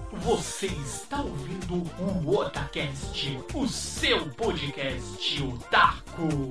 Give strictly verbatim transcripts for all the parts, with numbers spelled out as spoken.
Você está ouvindo o Otacast, o seu podcast otaku.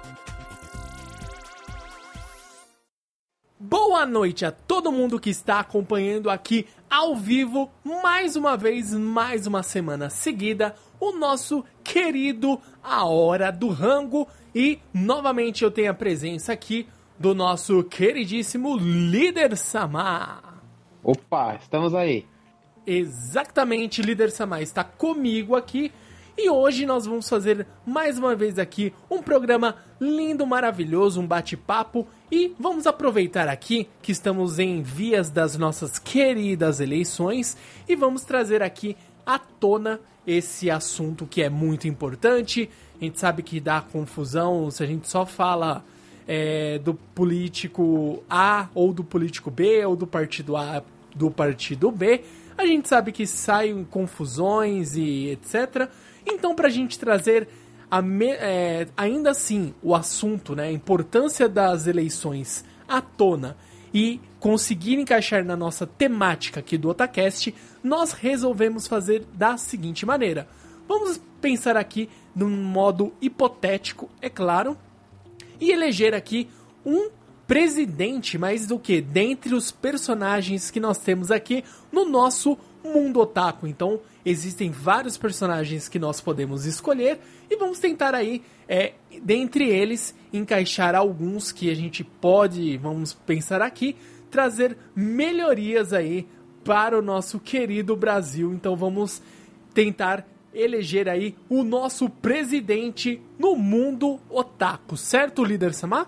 Boa noite a todo mundo que está acompanhando aqui ao vivo, mais uma vez, mais uma semana seguida, o nosso querido A Hora do Rango. E novamente eu tenho a presença aqui do nosso queridíssimo Líder Samar. Opa, estamos aí. Exatamente, Líder Samar está comigo aqui. E hoje nós vamos fazer mais uma vez aqui um programa lindo, maravilhoso, um bate-papo. E vamos aproveitar aqui que estamos em vias das nossas queridas eleições e vamos trazer aqui à tona esse assunto que é muito importante. A gente sabe que dá confusão se a gente só fala é, do político A ou do político B ou do partido A do partido B. A gente sabe que saem confusões e etcétera. Então, para a gente trazer a me, é, ainda assim o assunto, né, a importância das eleições à tona e conseguir encaixar na nossa temática aqui do Otacast, nós resolvemos fazer da seguinte maneira. Vamos pensar aqui num modo hipotético, é claro, e eleger aqui um presidente, mais do que dentre os personagens que nós temos aqui no nosso mundo otaku. Então, existem vários personagens que nós podemos escolher e vamos tentar aí, é, dentre eles, encaixar alguns que a gente pode, vamos pensar aqui, trazer melhorias aí para o nosso querido Brasil. Então, vamos tentar eleger aí o nosso presidente no mundo otaku, certo, Líder Samar?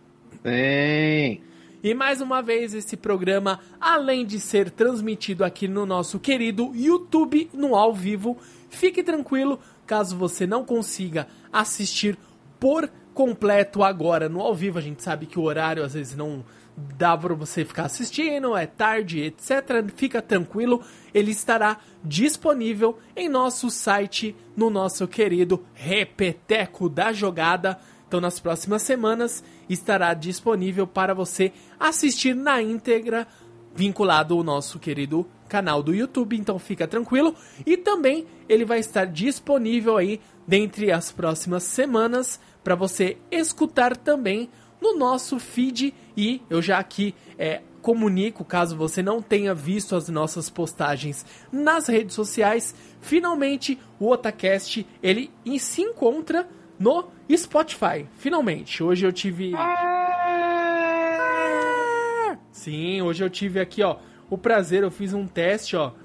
Sim. E mais uma vez esse programa, além de ser transmitido aqui no nosso querido YouTube, no ao vivo, fique tranquilo, caso você não consiga assistir por completo agora no ao vivo, a gente sabe que o horário às vezes não dá para você ficar assistindo, é tarde, etcétera. Fica tranquilo, ele estará disponível em nosso site, no nosso querido Repeteco da Jogada. Então, nas próximas semanas, estará disponível para você assistir na íntegra, vinculado ao nosso querido canal do YouTube. Então, fica tranquilo. E também, ele vai estar disponível aí, dentre as próximas semanas, para você escutar também no nosso feed. E eu já aqui é, comunico, caso você não tenha visto as nossas postagens nas redes sociais, finalmente o Otacast, ele se encontra no Spotify, finalmente. Hoje eu tive... Ah! Sim, hoje eu tive aqui, ó, o prazer, eu fiz um teste, ó.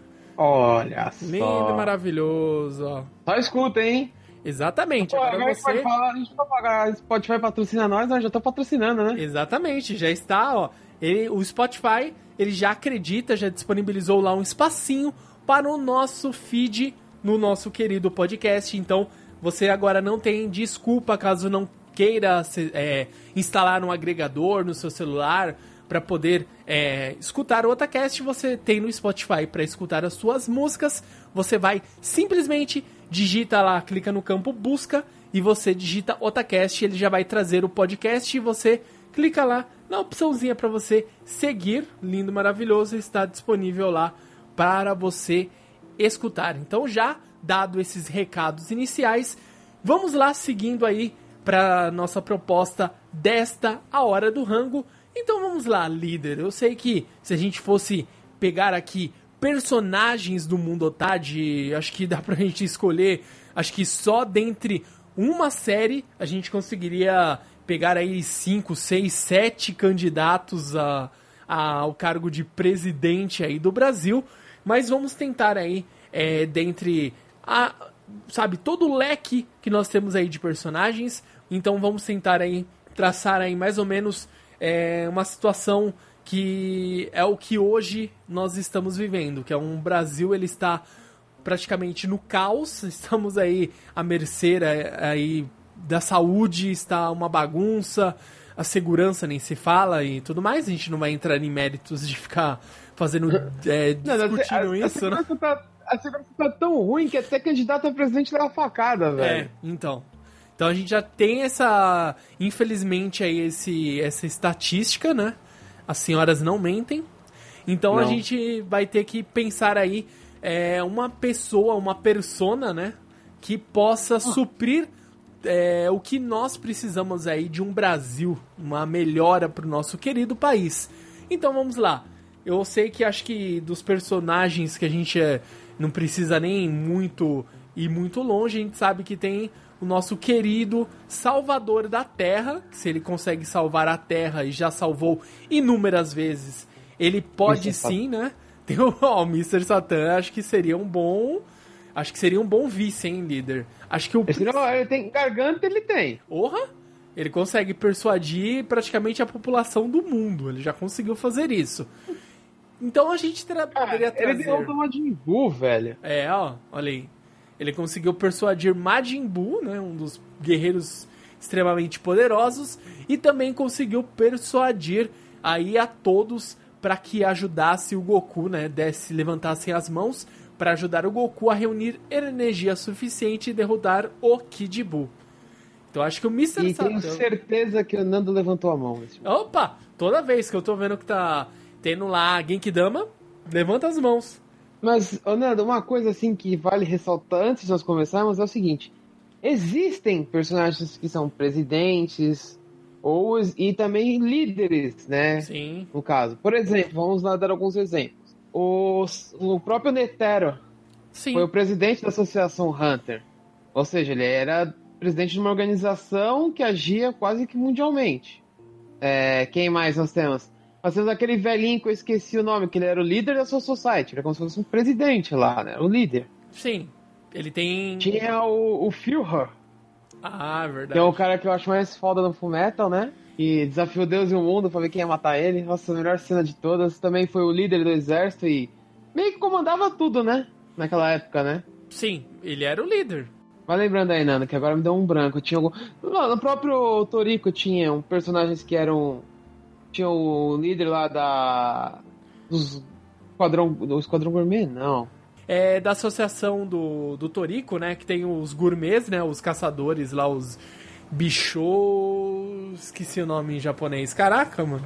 Olha só. Lindo, maravilhoso, ó. Só escuta, hein? Exatamente. Pô, agora você... pode falar, a gente pode pagar, Spotify patrocina nós, nós já tô patrocinando, né? Exatamente, já está, ó. Ele, o Spotify, ele já acredita, já disponibilizou lá um espacinho para o nosso feed no nosso querido podcast, então... Você agora não tem desculpa caso não queira é, instalar um agregador no seu celular para poder é, escutar o Otacast. Você tem no Spotify para escutar as suas músicas. Você vai simplesmente digita lá, clica no campo busca e você digita Otacast. Ele já vai trazer o podcast e você clica lá na opçãozinha para você seguir. Lindo, maravilhoso, está disponível lá para você escutar. Então já dado esses recados iniciais, vamos lá seguindo aí para nossa proposta desta A Hora do Rango. Então vamos lá, líder. Eu sei que se a gente fosse pegar aqui personagens do mundo otaku, acho que dá pra gente escolher, acho que só dentre uma série a gente conseguiria pegar aí cinco, seis, sete candidatos a, a, ao cargo de presidente aí do Brasil. Mas vamos tentar aí, é, dentre... A, sabe, todo o leque que nós temos aí de personagens. Então vamos tentar aí traçar aí mais ou menos é, uma situação que é o que hoje nós estamos vivendo, que é um Brasil, ele está praticamente no caos, estamos aí à mercê aí da saúde, está uma bagunça, a segurança nem se fala e tudo mais. A gente não vai entrar em méritos de ficar fazendo, é, discutindo não, a, isso, a né? Tá, a segurança tá tão ruim que até candidato a presidente leva facada, velho. É, então. Então a gente já tem essa, infelizmente, aí esse, essa estatística, né? As senhoras não mentem. Então não. A gente vai ter que pensar aí é, uma pessoa, uma persona, né? Que possa oh. suprir é, o que nós precisamos aí de um Brasil, uma melhora pro nosso querido país. Então vamos lá. Eu sei que acho que dos personagens que a gente é, não precisa nem muito ir muito longe, a gente sabe que tem o nosso querido Salvador da Terra, que se ele consegue salvar a Terra e já salvou inúmeras vezes, ele pode sim, né? Tem o, ó, o mister Satan, acho que seria um bom... Acho que seria um bom vice, hein, líder? Acho que o... Esse não, ele tem garganta, ele tem. Porra! Ele consegue persuadir praticamente a população do mundo. Ele já conseguiu fazer isso. Então a gente tra- ah, poderia trazer... Ele derrotou o Majin Buu, velho. É, ó, olha aí. Ele conseguiu persuadir Majin Buu, né, um dos guerreiros extremamente poderosos, e também conseguiu persuadir aí a todos para que ajudasse o Goku, né, desse, levantassem as mãos para ajudar o Goku a reunir energia suficiente e derrotar o Kid Buu. Então acho que o mister E Satan... tenho certeza que o Nando levantou a mão. Opa! Toda vez que eu tô vendo que tá tendo lá Genkidama, levanta as mãos. Mas, ô Nando, uma coisa assim que vale ressaltar antes de nós começarmos é o seguinte. Existem personagens que são presidentes ou, e também líderes, né? Sim. No caso. Por exemplo, vamos lá dar alguns exemplos. O, o próprio Netero Sim. foi o presidente da Associação Hunter. Ou seja, ele era presidente de uma organização que agia quase que mundialmente. É, quem mais nós temos? Nós temos aquele velhinho que eu esqueci o nome, que ele era o líder da Soul Society. Ele era como se fosse um presidente lá, né? O líder. Sim. Ele tem... Tinha o, o Führer. Ah, verdade. Que é o cara que eu acho mais foda no Fullmetal, né? Que desafiou Deus e o mundo pra ver quem ia matar ele. Nossa, a melhor cena de todas. Também foi o líder do exército e meio que comandava tudo, né? Naquela época, né? Sim, ele era o líder. Vai lembrando aí, Nando, que agora me deu um branco. Tinha algum... No próprio Toriko tinha um personagens que eram... Tinha o líder lá da... Dos Esquadrão... Do Esquadrão Gourmet? Não. É da associação do, do Toriko, né? Que tem os gourmets, né? Os caçadores lá, os bichos... Esqueci o nome em japonês. Caraca, mano.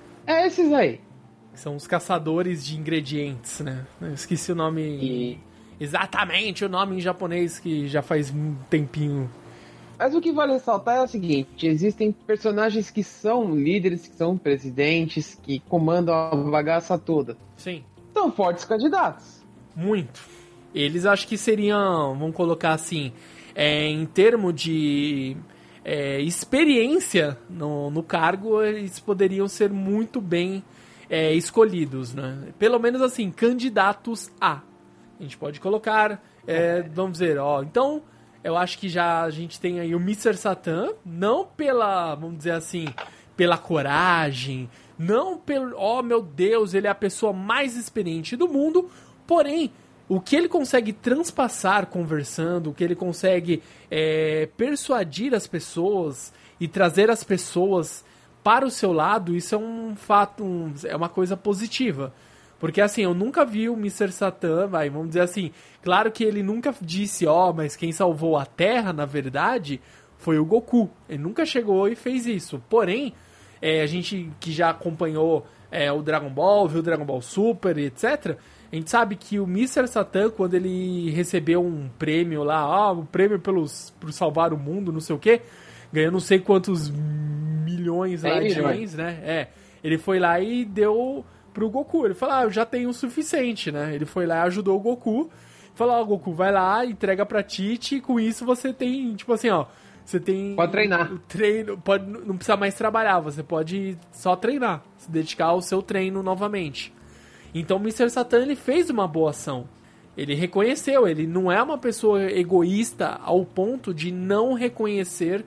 É esses aí. São os caçadores de ingredientes, né? Eu esqueci o nome... E... Exatamente o nome em japonês, que já faz um tempinho. Mas o que vale ressaltar é o seguinte: existem personagens que são líderes, que são presidentes, que comandam a bagaça toda. Sim. São fortes candidatos. Muito. Eles acho que seriam, vamos colocar assim, é, em termos de é, experiência no, no cargo, eles poderiam ser muito bem é, escolhidos, né? Pelo menos assim, candidatos a. A gente pode colocar, é, vamos dizer, ó, então eu acho que já a gente tem aí o mister Satan, não pela, vamos dizer assim, pela coragem, não pelo, ó meu Deus, ele é a pessoa mais experiente do mundo, porém, o que ele consegue transpassar conversando, o que ele consegue é, persuadir as pessoas e trazer as pessoas para o seu lado, isso é um fato, um, é uma coisa positiva. Porque, assim, eu nunca vi o mister Satan, vai, vamos dizer assim, claro que ele nunca disse, ó, oh, mas quem salvou a Terra, na verdade, foi o Goku. Ele nunca chegou e fez isso. Porém, é, a gente que já acompanhou é, o Dragon Ball, viu o Dragon Ball Super, etcétera, a gente sabe que o mister Satan, quando ele recebeu um prêmio lá, ó, um prêmio pelos, por salvar o mundo, não sei o quê, ganhou não sei quantos milhões lá de ienes, né? É, ele foi lá e deu... pro Goku, ele falou, ah, eu já tenho o suficiente, né? Ele foi lá e ajudou o Goku, falou, ó, oh, Goku, vai lá, entrega pra Tite, e com isso você tem, tipo assim, ó, você tem... Pode treinar. O treino, pode, não precisa mais trabalhar, você pode só treinar, se dedicar ao seu treino novamente. Então o mister Satan, ele fez uma boa ação, ele reconheceu, ele não é uma pessoa egoísta ao ponto de não reconhecer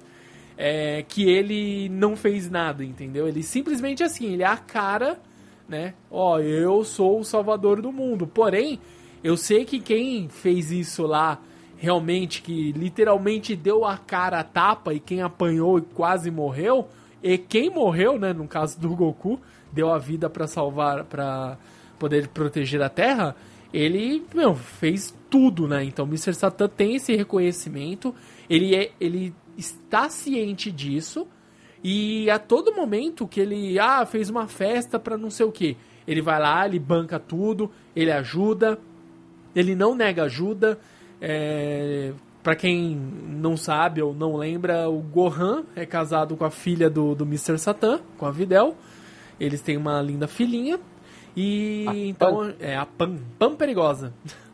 é, que ele não fez nada, entendeu? Ele simplesmente assim, ele é a cara... né? Ó, eu sou o salvador do mundo. Porém, eu sei que quem fez isso lá, realmente, que literalmente deu a cara a tapa e quem apanhou e quase morreu, e quem morreu, né, no caso do Goku, deu a vida pra salvar, pra poder proteger a Terra, ele, meu, fez tudo, né? Então, o mister Satan tem esse reconhecimento, ele, é, ele está ciente disso. E a todo momento que ele ah, fez uma festa pra não sei o que, ele vai lá, ele banca tudo, ele ajuda. ele não nega ajuda. É, para quem não sabe ou não lembra, o Gohan é casado com a filha do, do mister Satan, com a Videl. Eles têm uma linda filhinha. E a então Pan. é a Pan, Pan perigosa.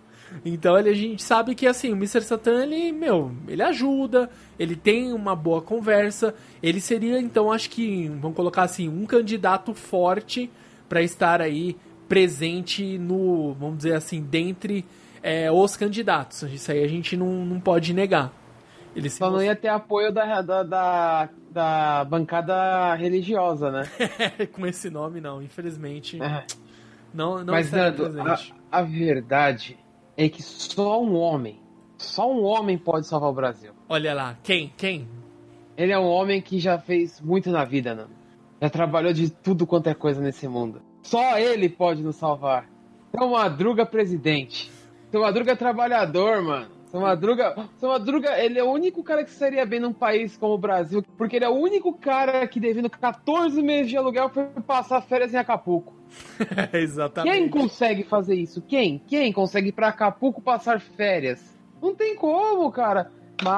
Então ele, a gente sabe que assim, o mister Satan, ele, meu, ele ajuda, ele tem uma boa conversa, ele seria então, acho que, vamos colocar assim, um candidato forte para estar aí presente no, vamos dizer assim, dentre é, os candidatos. Isso aí a gente não, não pode negar. Ele Só não ia ter apoio da, da, da, da bancada religiosa, né? Com esse nome, não, infelizmente. É. Não, não Mas, está Nando, presente. a, a verdade é que só um homem, só um homem pode salvar o Brasil. Olha lá, quem? Quem? Ele é um homem que já fez muito na vida, Nando. Já trabalhou de tudo quanto é coisa nesse mundo. Só ele pode nos salvar. Seu Madruga presidente. Seu Madruga é trabalhador, mano. Seu Madruga, Seu Madruga, ele é o único cara que seria bem num país como o Brasil, porque ele é o único cara que, devendo quatorze meses de aluguel, foi passar férias em Acapulco. Exatamente. Quem consegue fazer isso? Quem? Quem consegue ir pra Acapulco passar férias? Não tem como, cara.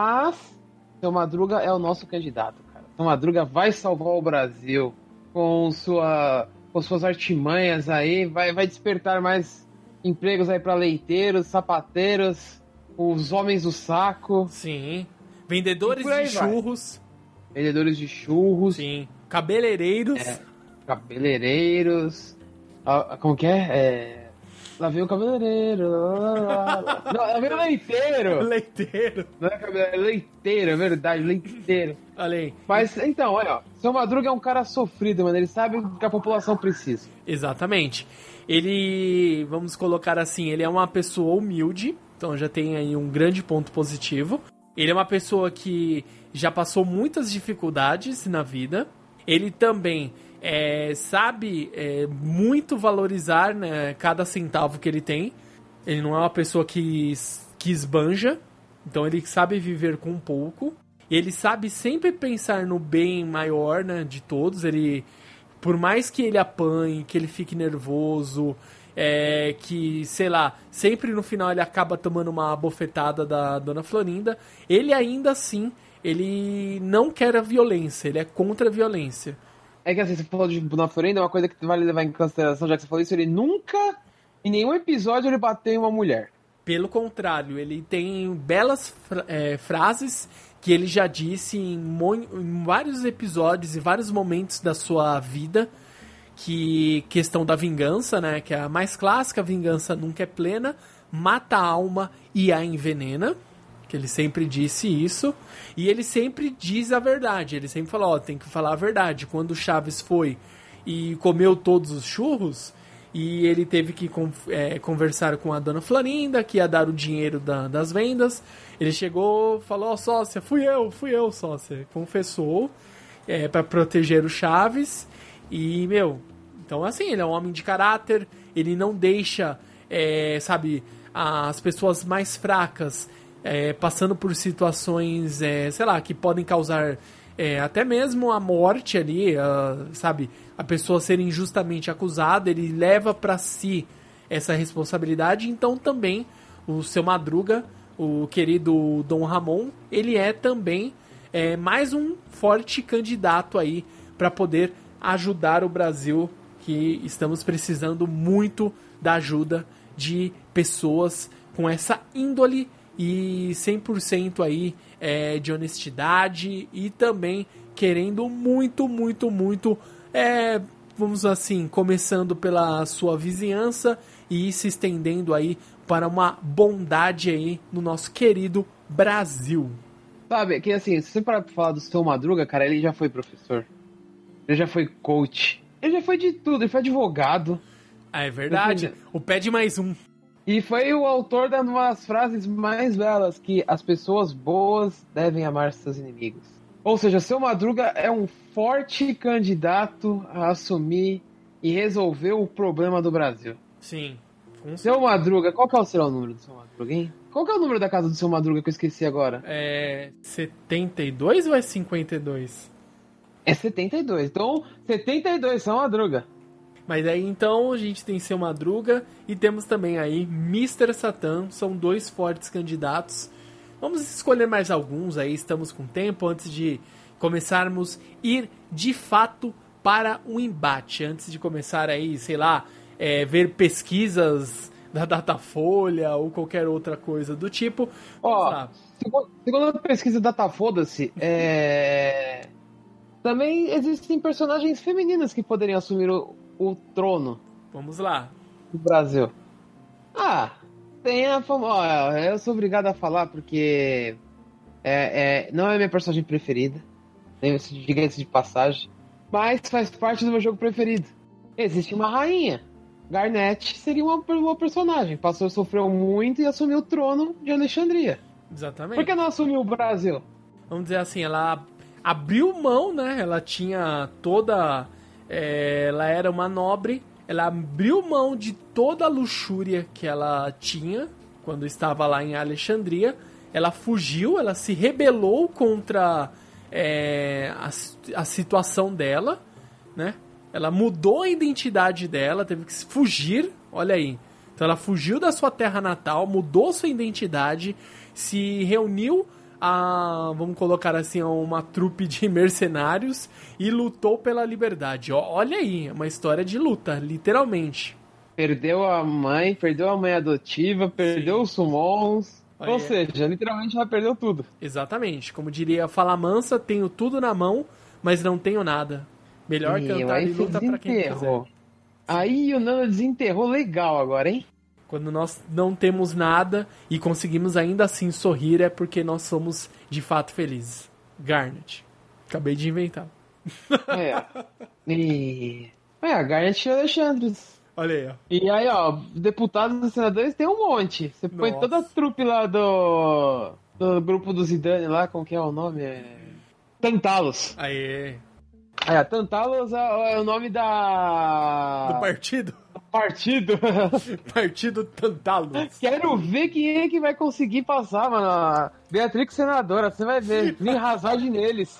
Mas Seu Madruga é o nosso candidato, cara. Seu Madruga vai salvar o Brasil com sua, com suas artimanhas aí, vai, vai despertar mais empregos aí pra leiteiros, sapateiros, os homens do saco. Sim. Vendedores de churros. Vai. Vendedores de churros. Sim. Cabeleireiros. É, cabeleireiros. Ah, como que é? É... Lá vem o cabeleireiro. Lá, lá, lá. Não, lá vem o leiteiro. Leiteiro. Não é cabeleireiro, é leiteiro, é verdade, leiteiro. Olha aí. Mas, então, olha, ó, Seu Madruga é um cara sofrido, mano. Ele sabe o que a população precisa. Exatamente. Ele, vamos colocar assim, ele é uma pessoa humilde. Então já tem aí um grande ponto positivo. Ele é uma pessoa que já passou muitas dificuldades na vida. Ele também é, sabe é, muito valorizar, né, cada centavo que ele tem. Ele não é uma pessoa que, que esbanja. Então ele sabe viver com pouco. Ele sabe sempre pensar no bem maior, né, de todos. Ele, por mais que ele apanhe, que ele fique nervoso... É, que, sei lá, sempre no final ele acaba tomando uma bofetada da Dona Florinda, ele ainda assim, ele não quer a violência, ele é contra a violência. É que assim, você falou de Dona Florinda, uma coisa que vale levar em consideração, já que você falou isso, ele nunca, em nenhum episódio, ele bateu em uma mulher. Pelo contrário, ele tem belas fra- é, frases que ele já disse em, mo- em vários episódios e vários momentos da sua vida, que questão da vingança, né, que é a mais clássica, a vingança nunca é plena, mata a alma e a envenena, que ele sempre disse isso, e ele sempre diz a verdade, ele sempre fala, ó, tem que falar a verdade. Quando o Chaves foi e comeu todos os churros, e ele teve que é, conversar com a Dona Florinda, que ia dar o dinheiro da, das vendas, ele chegou, falou, ó, sócia, fui eu, fui eu, sócia, confessou, é, para proteger o Chaves. E, meu, então assim, ele é um homem de caráter, ele não deixa, é, sabe, as pessoas mais fracas é, passando por situações, é, sei lá, que podem causar é, até mesmo a morte ali, a, sabe, a pessoa ser injustamente acusada, ele leva pra si essa responsabilidade. Então também o Seu Madruga, o querido Dom Ramon, ele é também é, mais um forte candidato aí pra poder ajudar o Brasil, que estamos precisando muito da ajuda de pessoas com essa índole e cem por cento aí é, de honestidade e também querendo muito, muito, muito, é, vamos assim, começando pela sua vizinhança e se estendendo aí para uma bondade aí no nosso querido Brasil. Sabe, que assim, se você parar pra falar do Seu Madruga, cara, ele já foi professor. Ele já foi coach. Ele já foi de tudo. Ele foi advogado. Ah, é verdade. O pede mais um. E foi o autor de uma das frases mais belas, que as pessoas boas devem amar seus inimigos. Ou seja, Seu Madruga é um forte candidato a assumir e resolver o problema do Brasil. Sim. Seu Madruga, qual que é o seu número do Seu Madruga, hein? Qual que é o número da casa do Seu Madruga que eu esqueci agora? É setenta e dois ou é cinquenta e dois? É setenta e dois. Então, setenta e dois, Seu Madruga. Mas aí então a gente tem Seu Madruga e temos também aí mister Satan, são dois fortes candidatos. Vamos escolher mais alguns aí, estamos com tempo antes de começarmos a ir de fato para o embate. Antes de começar aí, sei lá, é, ver pesquisas da Datafolha ou qualquer outra coisa do tipo. Ó, segundo, segundo a pesquisa Datafoda-se, é... também existem personagens femininas que poderiam assumir o, o trono. Vamos lá. Do Brasil. Ah, tem a famosa... Eu sou obrigado a falar porque é, é, não é minha personagem preferida. Diga-se de passagem. Mas faz parte do meu jogo preferido. Existe uma rainha. Garnet seria uma boa personagem. Passou, sofreu muito e assumiu o trono de Alexandria. Exatamente. Por que não assumiu o Brasil? Vamos dizer assim, ela abriu mão, né? Ela tinha toda... É, ela era uma nobre. Ela abriu mão de toda a luxúria que ela tinha quando estava lá em Alexandria. Ela fugiu, ela se rebelou contra é, a, a situação dela, né? Ela mudou a identidade dela, teve que fugir, olha aí. Então ela fugiu da sua terra natal, mudou sua identidade, se reuniu a, vamos colocar assim, a uma trupe de mercenários e lutou pela liberdade. Olha aí, uma história de luta, literalmente. Perdeu a mãe, perdeu a mãe adotiva, perdeu Sim. os summons. Olha. Ou seja, literalmente ela perdeu tudo. Exatamente. Como diria Fala Mansa, tenho tudo na mão, mas não tenho nada. Melhor Ih, cantar e luta pra quem quiser. Aí o Nano desenterrou legal agora, hein? Quando nós não temos nada e conseguimos ainda assim sorrir, é porque nós somos de fato felizes. Garnet. Acabei de inventar. É. E... É, a Garnet e o Alexandre. Olha aí, ó. E aí, ó, deputados e senadores tem um monte. Você põe Nossa. toda a trupe lá do... do grupo do Zidane lá, como que é o nome? É... Tantalos. Aê. É, Tantalos é, é o nome da... Do partido? Do partido. Partido Tantalos. Quero ver quem é que vai conseguir passar, mano. A Beatrix senadora, você vai ver. Vem Hazard neles.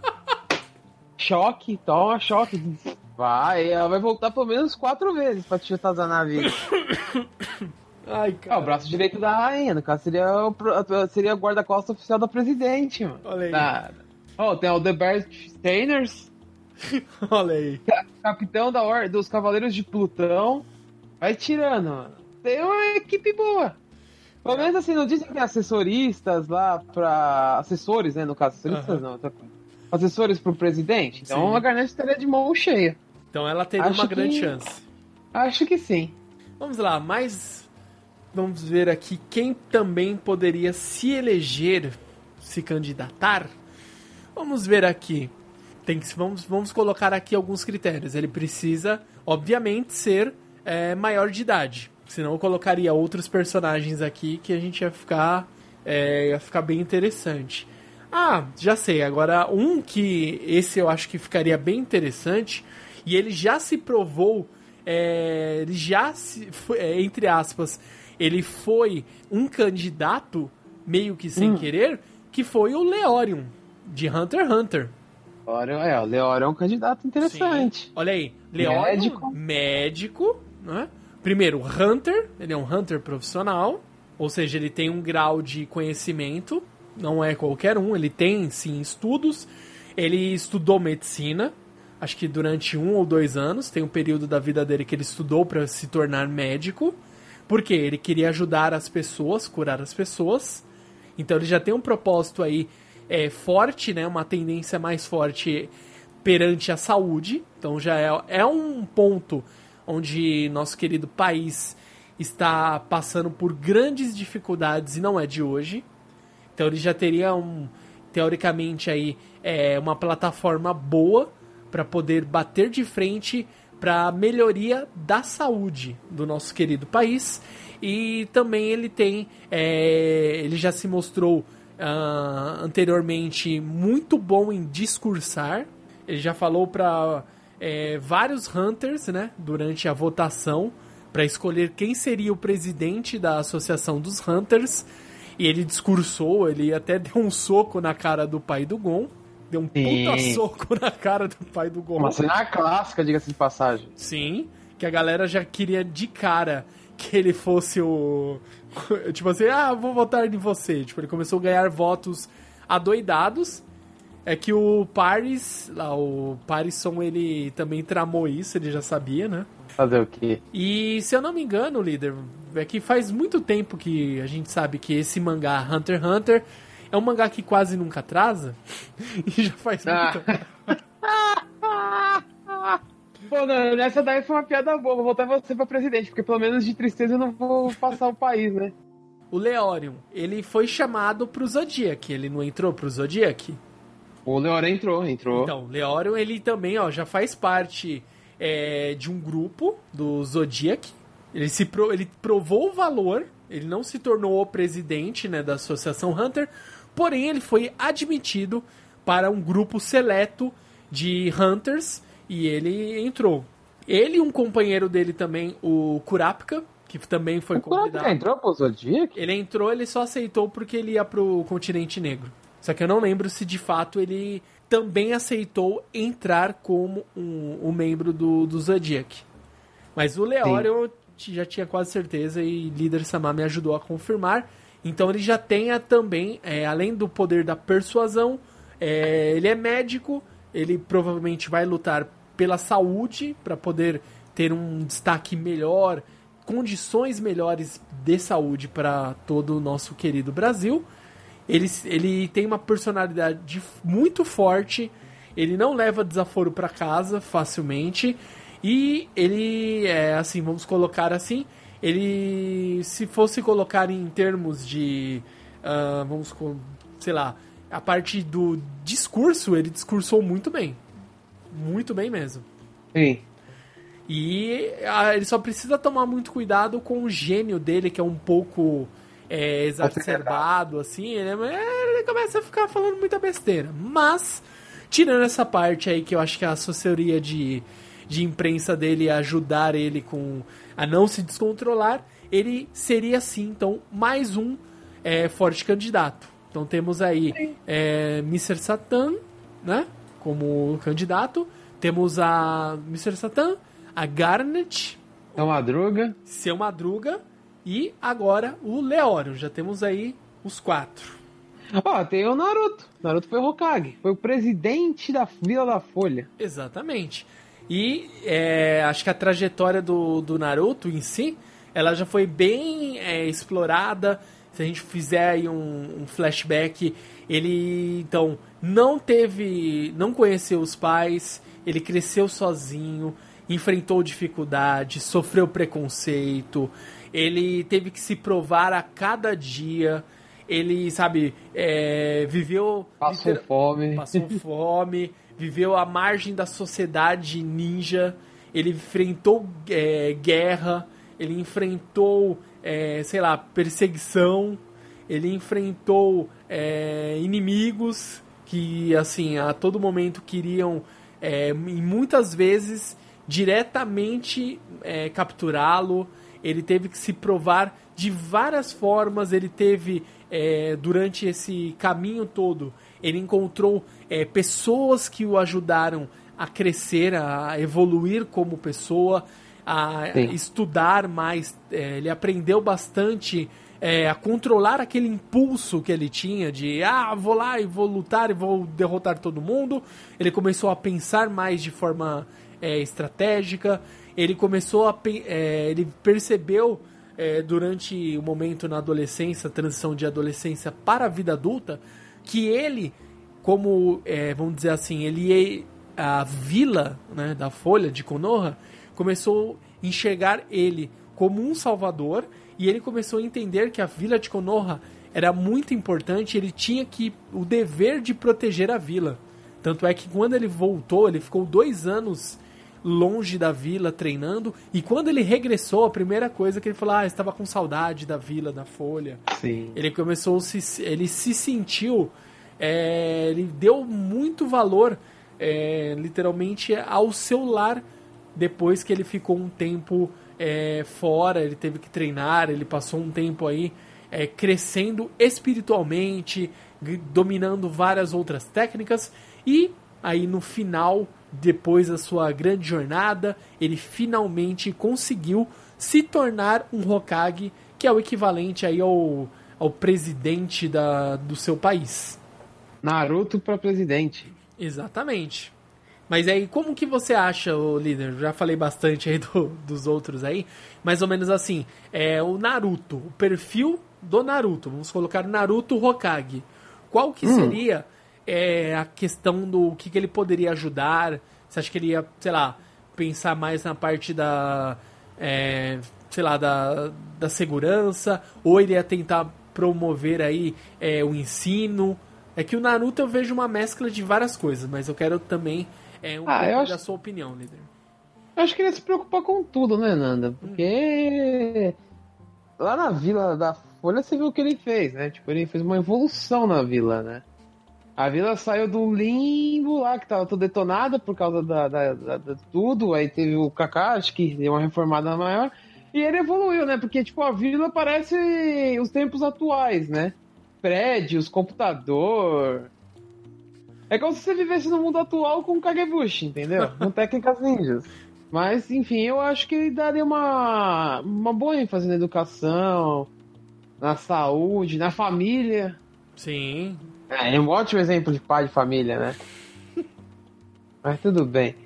Choque, toma choque. Vai, ela vai voltar pelo menos quatro vezes pra te chutar na vida. Ai, cara. É, o braço direito da rainha, no caso seria o, seria o guarda-costas oficial da presidente, mano. Olha aí. Tá. Oh, tem o The Bear Stainers. Olha aí. Capitão da Or dos Cavaleiros de Plutão. Vai tirando, mano. Tem uma equipe boa. Pelo menos assim, não dizem que tem assessoristas lá pra... Assessores, né, no caso. Assessoristas uh-huh. não. Assessores pro presidente. Então sim. A Garnet estaria de mão cheia. Então ela teria acho uma grande que... chance. Acho que sim. Vamos lá, mas... Vamos ver aqui quem também poderia se eleger, se candidatar. Vamos ver aqui. Tem que, vamos, vamos colocar aqui alguns critérios. Ele precisa, obviamente, ser é, maior de idade. Senão eu colocaria outros personagens aqui que a gente ia ficar, é, ia ficar bem interessante. Ah, já sei. Agora, um que esse eu acho que ficaria bem interessante, e ele já se provou, é, ele já, se, é, entre aspas, ele foi um candidato, meio que sem hum. querer, que foi o Leorion, de Hunter x Hunter. É, o Leorion é um candidato interessante. Sim. Olha aí, Leorion, médico, médico, né? Primeiro, Hunter, ele é um Hunter profissional, ou seja, ele tem um grau de conhecimento, não é qualquer um, ele tem, sim, estudos, ele estudou medicina, acho que durante um ou dois anos, tem um período da vida dele que ele estudou para se tornar médico, porque ele queria ajudar as pessoas, curar as pessoas, então ele já tem um propósito aí é, forte, né, uma tendência mais forte perante a saúde, então já é, é um ponto onde nosso querido país está passando por grandes dificuldades e não é de hoje. Então ele já teria, um, teoricamente, aí, é, uma plataforma boa para poder bater de frente para a melhoria da saúde do nosso querido país. E também ele tem, é, ele já se mostrou uh, anteriormente muito bom em discursar. Ele já falou para é, vários Hunters, né, durante a votação para escolher quem seria o presidente da Associação dos Hunters. E ele discursou, ele até deu um soco na cara do pai do Gon. deu um puta Sim. soco na cara do pai do Gohan. Uma cena clássica, diga-se de passagem. Sim, que a galera já queria de cara que ele fosse o... Tipo assim, ah, vou votar em você. Tipo, ele começou a ganhar votos adoidados. É que o Paris, lá, o Parisson, ele também tramou isso, ele já sabia, né? Fazer o quê? E, se eu não me engano, líder, é que faz muito tempo que a gente sabe que esse mangá, Hunter x Hunter, é um mangá que quase nunca atrasa. E já faz muito tempo. Pô, não, nessa daí foi uma piada boa. Vou voltar você pra presidente, porque pelo menos de tristeza eu não vou passar o país, né? O Leorium, ele foi chamado pro Zodiac, ele não entrou pro Zodiac? O Leora entrou, entrou. Então, o Leorium, ele também, ó, já faz parte é, de um grupo do Zodiac. Ele, se pro, ele provou o valor, ele não se tornou o presidente, né, da Associação Hunter, porém ele foi admitido para um grupo seleto de Hunters e ele entrou. Ele e um companheiro dele também, o Kurapika, que também foi o convidado. Kurapika entrou pro Zodiac? Ele entrou, ele só aceitou porque ele ia pro continente negro. Só que eu não lembro se de fato ele também aceitou entrar como um, um membro do, do Zodiac. Mas o Leorium eu já tinha quase certeza e líder Samar me ajudou a confirmar. Então ele já tem a, também, é, além do poder da persuasão, é, ele é médico, ele provavelmente vai lutar pela saúde para poder ter um destaque melhor, condições melhores de saúde para todo o nosso querido Brasil. Ele, ele tem uma personalidade muito forte, ele não leva desaforo para casa facilmente e ele, é, assim, vamos colocar assim, ele, se fosse colocar em termos de, uh, vamos, sei lá, a parte do discurso, ele discursou muito bem, muito bem mesmo. Sim. E ah, ele só precisa tomar muito cuidado com o gênio dele, que é um pouco... É, exacerbado, assim, ele, ele começa a ficar falando muita besteira. Mas, tirando essa parte aí, que eu acho que a assessoria de, de imprensa dele ia ajudar ele com, a não se descontrolar, ele seria, sim, então, mais um é, forte candidato. Então temos aí é, mister Satan, né, como candidato. Temos a mister Satan, a Garnet, Seu Madruga. Seu Madruga. E agora o Leorium. Já temos aí os quatro. Ó, oh, tem o Naruto. Naruto foi o Hokage. Foi o presidente da Vila da Folha. Exatamente. E é, acho que a trajetória do, do Naruto em si, ela já foi bem é, explorada. Se a gente fizer aí um, um flashback, ele então não teve, não conheceu os pais, ele cresceu sozinho, enfrentou dificuldades, sofreu preconceito. Ele teve que se provar a cada dia. Ele, sabe, é, viveu... Passou liter... fome. Passou fome. Viveu à margem da sociedade ninja. Ele enfrentou é, guerra. Ele enfrentou, é, sei lá, perseguição. Ele enfrentou é, inimigos que, assim, a todo momento queriam, é, e muitas vezes, diretamente é, capturá-lo. Ele teve que se provar de várias formas, ele teve, é, durante esse caminho todo, ele encontrou é, pessoas que o ajudaram a crescer, a evoluir como pessoa, a Sim. estudar mais, é, ele aprendeu bastante é, a controlar aquele impulso que ele tinha de, ah, vou lá e vou lutar e vou derrotar todo mundo. Ele começou a pensar mais de forma é, estratégica. Ele começou a... É, ele percebeu é, durante o momento na adolescência, transição de adolescência para a vida adulta, que ele, como, é, vamos dizer assim, ele a vila, né, da Folha de Konoha, começou a enxergar ele como um salvador, e ele começou a entender que a vila de Konoha era muito importante, ele tinha que, o dever de proteger a vila. Tanto é que quando ele voltou, ele ficou dois anos longe da vila, treinando, e quando ele regressou, a primeira coisa que ele falou, ah, estava com saudade da vila, da Folha. Sim. Ele começou, se, ele se sentiu, é, ele deu muito valor, é, literalmente, ao seu lar, depois que ele ficou um tempo é, fora, ele teve que treinar, ele passou um tempo aí é, crescendo espiritualmente, dominando várias outras técnicas, E aí no final, depois da sua grande jornada, ele finalmente conseguiu se tornar um Hokage, que é o equivalente aí ao, ao presidente da, do seu país. Naruto pra presidente. Exatamente. Mas aí, como que você acha, ô líder? Já falei bastante aí do, dos outros aí. Mais ou menos assim, é o Naruto, o perfil do Naruto. Vamos colocar o Naruto Hokage. Qual que hum. seria é, a questão do que, que ele poderia ajudar? Você acha que ele ia, sei lá, pensar mais na parte da, é, sei lá, da, da segurança? Ou ele ia tentar promover aí é, o ensino? É que o Naruto eu vejo uma mescla de várias coisas, mas eu quero também é, um ah, pouco acho... da sua opinião, líder. Eu acho que ele ia se preocupar com tudo, né, Nanda? Porque hum. lá na Vila da Folha você viu o que ele fez, né? Tipo, ele fez uma evolução na vila, né? A vila saiu do limbo lá, que tava tudo detonada por causa da, da, da, da tudo. Aí teve o Kakashi, que deu uma reformada maior. E ele evoluiu, né? Porque, tipo, a vila parece os tempos atuais, né? Prédios, computador. É como se você vivesse no mundo atual com Kagebushi, entendeu? Com técnicas ninjas. Mas, enfim, eu acho que ele daria uma, uma boa ênfase na educação, na saúde, na família. Sim. É, é um ótimo exemplo de pai de família, né? Mas tudo bem.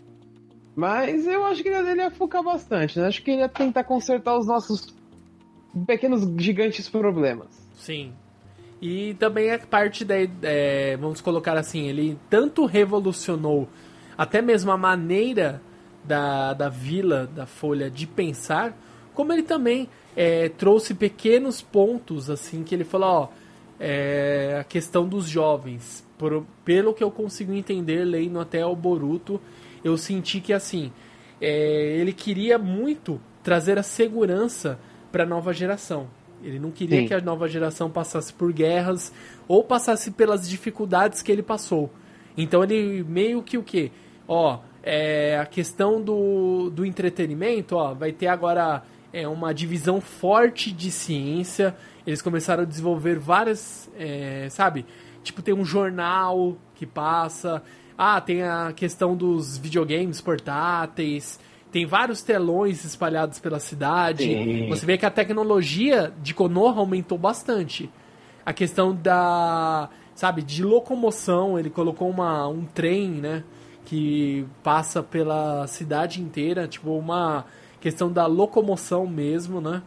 Mas eu acho que ele ia focar bastante, né? Acho que ele ia tentar consertar os nossos pequenos gigantes problemas. Sim. E também é parte da... É, vamos colocar assim, ele tanto revolucionou até mesmo a maneira da, da vila, da Folha, de pensar, como ele também é, trouxe pequenos pontos, assim, que ele falou, ó, é, a questão dos jovens. Por, pelo que eu consigo entender, lendo até o Boruto, eu senti que, assim, é, ele queria muito trazer a segurança para a nova geração. Ele não queria Sim. que a nova geração passasse por guerras ou passasse pelas dificuldades que ele passou. Então ele meio que o quê? Ó, é, a questão do, do entretenimento, ó, vai ter agora é, uma divisão forte de ciência. Eles começaram a desenvolver várias, é, sabe? Tipo, tem um jornal que passa. Ah, tem a questão dos videogames portáteis. Tem vários telões espalhados pela cidade. Sim. Você vê que a tecnologia de Konoha aumentou bastante. A questão da, sabe, de locomoção. Ele colocou uma, um trem, né, que passa pela cidade inteira. Tipo, uma questão da locomoção mesmo, né?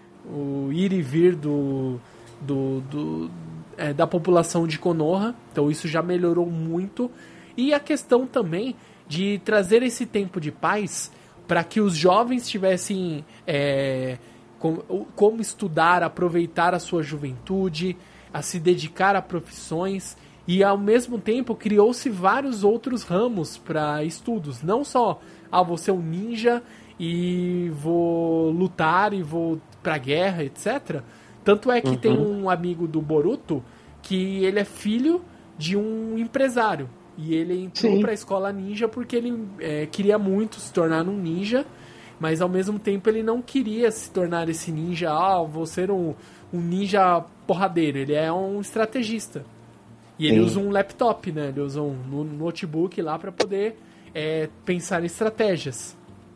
O ir e vir do, do, do, é, da população de Konoha. Então isso já melhorou muito. E a questão também de trazer esse tempo de paz para que os jovens tivessem é, como, como estudar, aproveitar a sua juventude, a se dedicar a profissões, e ao mesmo tempo criou-se vários outros ramos para estudos, não só, ah, vou ser um ninja e vou lutar e vou pra guerra, etcétera. Tanto é que uhum. tem um amigo do Boruto que ele é filho de um empresário. E ele entrou para a escola ninja porque ele é, queria muito se tornar um ninja, mas ao mesmo tempo ele não queria se tornar esse ninja, ah, vou ser um, um ninja porradeiro. Ele é um estrategista. E ele Sim. usa um laptop, né? Ele usa um notebook lá para poder é, pensar em estratégias.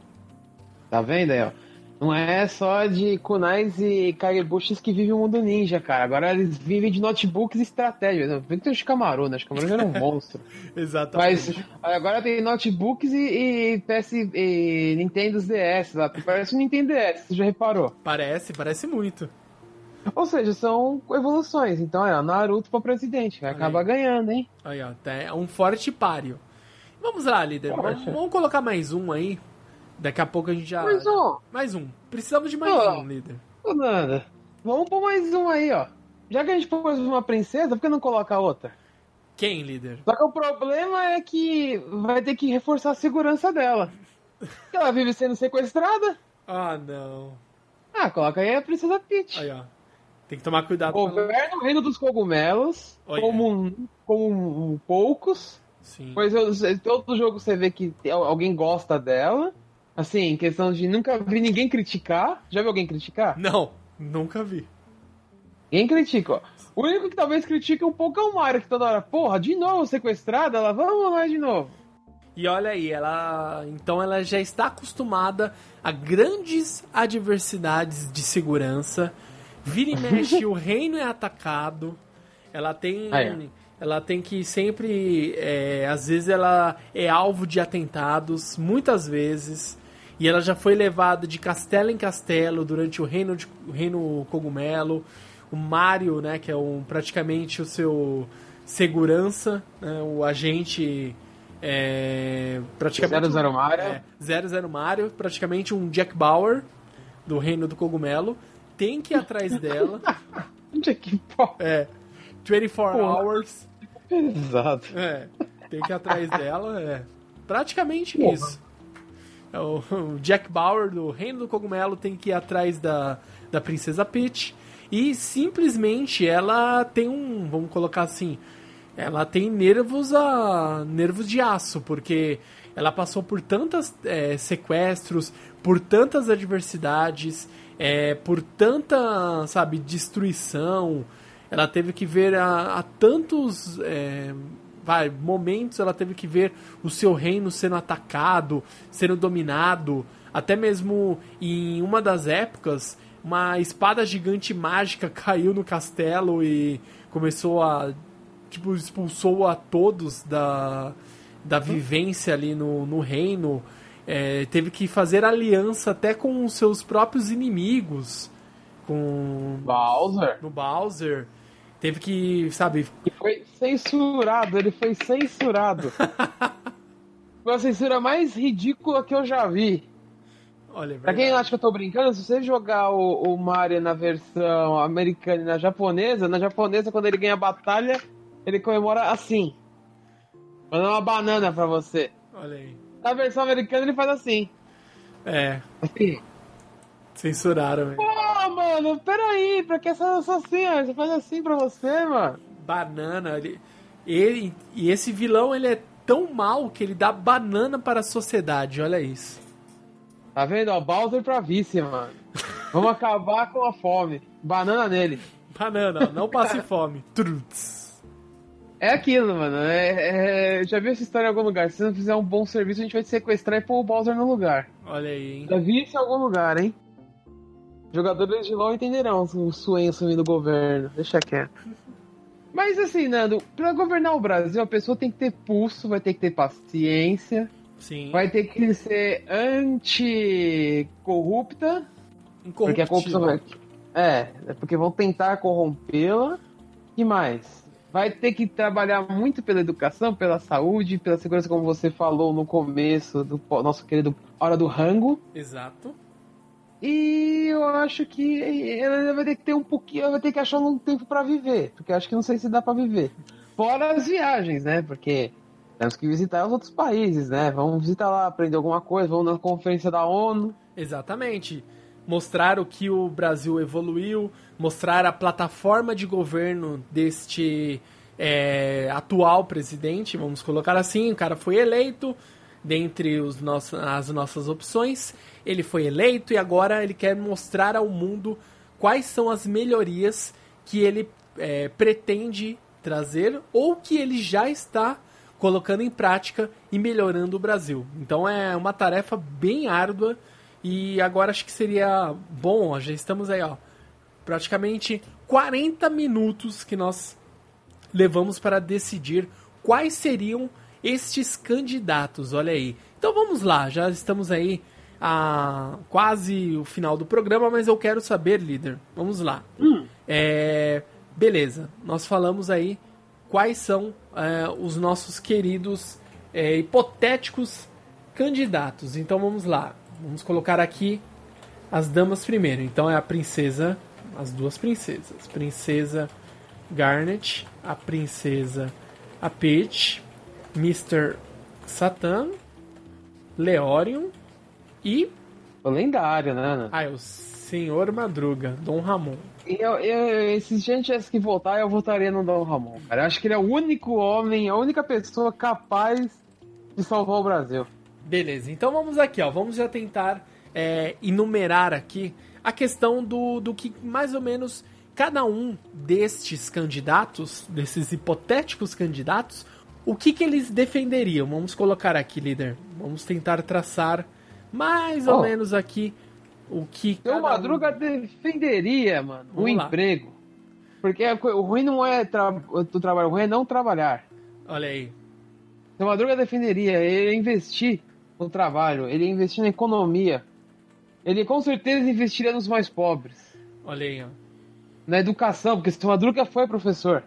Tá vendo aí, ó? Não é só de kunais e kagebushis que vivem o mundo ninja, cara. Agora eles vivem de notebooks e estratégias. Vem que tem o Shikamaru, né? O Shikamaru era um monstro. Exatamente. Mas agora tem notebooks e, e P S e Nintendo D S lá. Parece um Nintendo D S, você já reparou? Parece, parece muito. Ou seja, são evoluções. Então, é, Naruto pra presidente. Vai acabar ganhando, hein? Aí, ó. É um forte páreo. Vamos lá, líder. Vamos, vamos colocar mais um aí. Daqui a pouco a gente já... Mais um. Mais um. Precisamos de mais oh, um, líder. Ô, Nanda. Vamos pôr mais um aí, ó. Já que a gente pôs uma princesa, por que não coloca outra? Quem, líder? Só que o problema é que vai ter que reforçar a segurança dela. Porque ela vive sendo sequestrada. Ah, não. Ah, coloca aí a princesa Peach. Aí, ó. Tem que tomar cuidado. Governa com... o reino dos cogumelos, oh, como, yeah. um, como um, um, poucos. Sim. Pois eu, todo jogo você vê que alguém gosta dela. Assim, em questão de nunca vi ninguém criticar. Já viu alguém criticar? Não, nunca vi. Ninguém critica, ó. O único que talvez critique um pouco é o Mario, que toda hora, porra, de novo sequestrada? Ela, vamos lá de novo. E olha aí, ela então ela já está acostumada a grandes adversidades de segurança. Vira e mexe, o reino é atacado. Ela tem, ah, é. ela tem que sempre, é, às vezes ela é alvo de atentados, muitas vezes. E ela já foi levada de castelo em castelo durante o reino, de, o reino cogumelo. O Mario, né, que é um, praticamente o seu segurança, né, o agente... É, praticamente zero zero um, Mario. É, zero zero Mario, praticamente um Jack Bauer do reino do cogumelo. Tem que ir atrás dela. Jack Bauer. É. vinte e quatro hours. Exato. É. Tem que ir atrás dela. É. Praticamente Porra. isso. É o, o Jack Bauer do reino do cogumelo tem que ir atrás da, da princesa Peach. E simplesmente ela tem um. Vamos colocar assim. Ela tem nervos a nervos de aço, porque ela passou por tantos é, sequestros, por tantas adversidades, é, por tanta, sabe, destruição. Ela teve que ver a, a tantos é, vai, momentos, ela teve que ver o seu reino sendo atacado, sendo dominado. Até mesmo em uma das épocas, uma espada gigante mágica caiu no castelo e começou a... tipo, expulsou a todos da, da vivência ali no, no reino. É, teve que fazer aliança até com os seus próprios inimigos. Com... Bowser. No Bowser. Teve que, sabe... E foi censurado, ele foi censurado. Foi a censura mais ridícula que eu já vi. Olha, é pra quem acha que eu tô brincando, se você jogar o, o Mario na versão americana e na japonesa, na japonesa, quando ele ganha a batalha... ele comemora assim. Manda uma banana pra você. Olha aí. Na versão americana ele faz assim. É. Assim. Censuraram, velho. Pô, mano, peraí, pra que essa assim, ó? Você faz assim pra você, mano. Banana, ele, ele... E esse vilão, ele é tão mal que ele dá banana para a sociedade, olha isso. Tá vendo, ó? Bowser pra vice, mano. Vamos acabar com a fome. Banana nele. Banana, não passe fome. Truts. É aquilo, mano. É, é, já vi essa história em algum lugar. Se você não fizer um bom serviço, a gente vai te sequestrar e pôr o Bowser no lugar. Olha aí, hein? Já vi isso em algum lugar, hein? Jogadores de LoL entenderão o Swain assumindo o governo. Deixa quieto. Mas assim, Nando, pra governar o Brasil, a pessoa tem que ter pulso, vai ter que ter paciência. Sim. Vai ter que ser anti-corrupta. Porque a corrupção vai... É, é porque vão tentar corrompê-la. E mais? Vai ter que trabalhar muito pela educação, pela saúde, pela segurança, como você falou no começo do nosso querido Hora do Rango. Exato. E eu acho que ela vai ter que ter um pouquinho, ela vai ter que achar um tempo pra viver, porque eu acho que não sei se dá pra viver. Fora as viagens, né? Porque temos que visitar os outros países, né? Vamos visitar lá, aprender alguma coisa, vamos na conferência da ONU. Exatamente. Mostrar o que o Brasil evoluiu, mostrar a plataforma de governo deste é, atual presidente, vamos colocar assim, o cara foi eleito, dentre os nossos, as nossas opções, ele foi eleito e agora ele quer mostrar ao mundo quais são as melhorias que ele é, pretende trazer ou que ele já está colocando em prática e melhorando o Brasil. Então é uma tarefa bem árdua e agora acho que seria bom, já estamos aí, ó, praticamente quarenta minutos que nós levamos para decidir quais seriam estes candidatos, olha aí. Então vamos lá, já estamos aí a quase o final do programa, mas eu quero saber, líder, vamos lá. Hum. É, beleza, nós falamos aí quais são é, os nossos queridos é, hipotéticos candidatos. Então vamos lá, vamos colocar aqui as damas primeiro. Então é a princesa, as duas princesas, princesa Garnet, a princesa a Peach, mister Satan, Leorion e... O lendário, né? Ah, é o Senhor Madruga, Dom Ramon. Eu, eu, se gente tivesse que votar, eu votaria no Dom Ramon, cara. Eu acho que ele é o único homem, a única pessoa capaz de salvar o Brasil. Beleza, então vamos aqui, ó. Vamos já tentar é, enumerar aqui a questão do, do que mais ou menos cada um destes candidatos, desses hipotéticos candidatos, o que, que eles defenderiam? Vamos colocar aqui, líder. Vamos tentar traçar mais ou oh, menos aqui o que cada um... Madruga defenderia, mano, Vamos o lá. emprego. Porque o ruim não é tra... o trabalho, o ruim é não trabalhar. Olha aí. Seu Madruga defenderia, ele ia investir no trabalho, ele ia investir na economia. Ele com certeza investiria nos mais pobres. Olha aí, ó. Na educação, porque seu Madruga foi professor.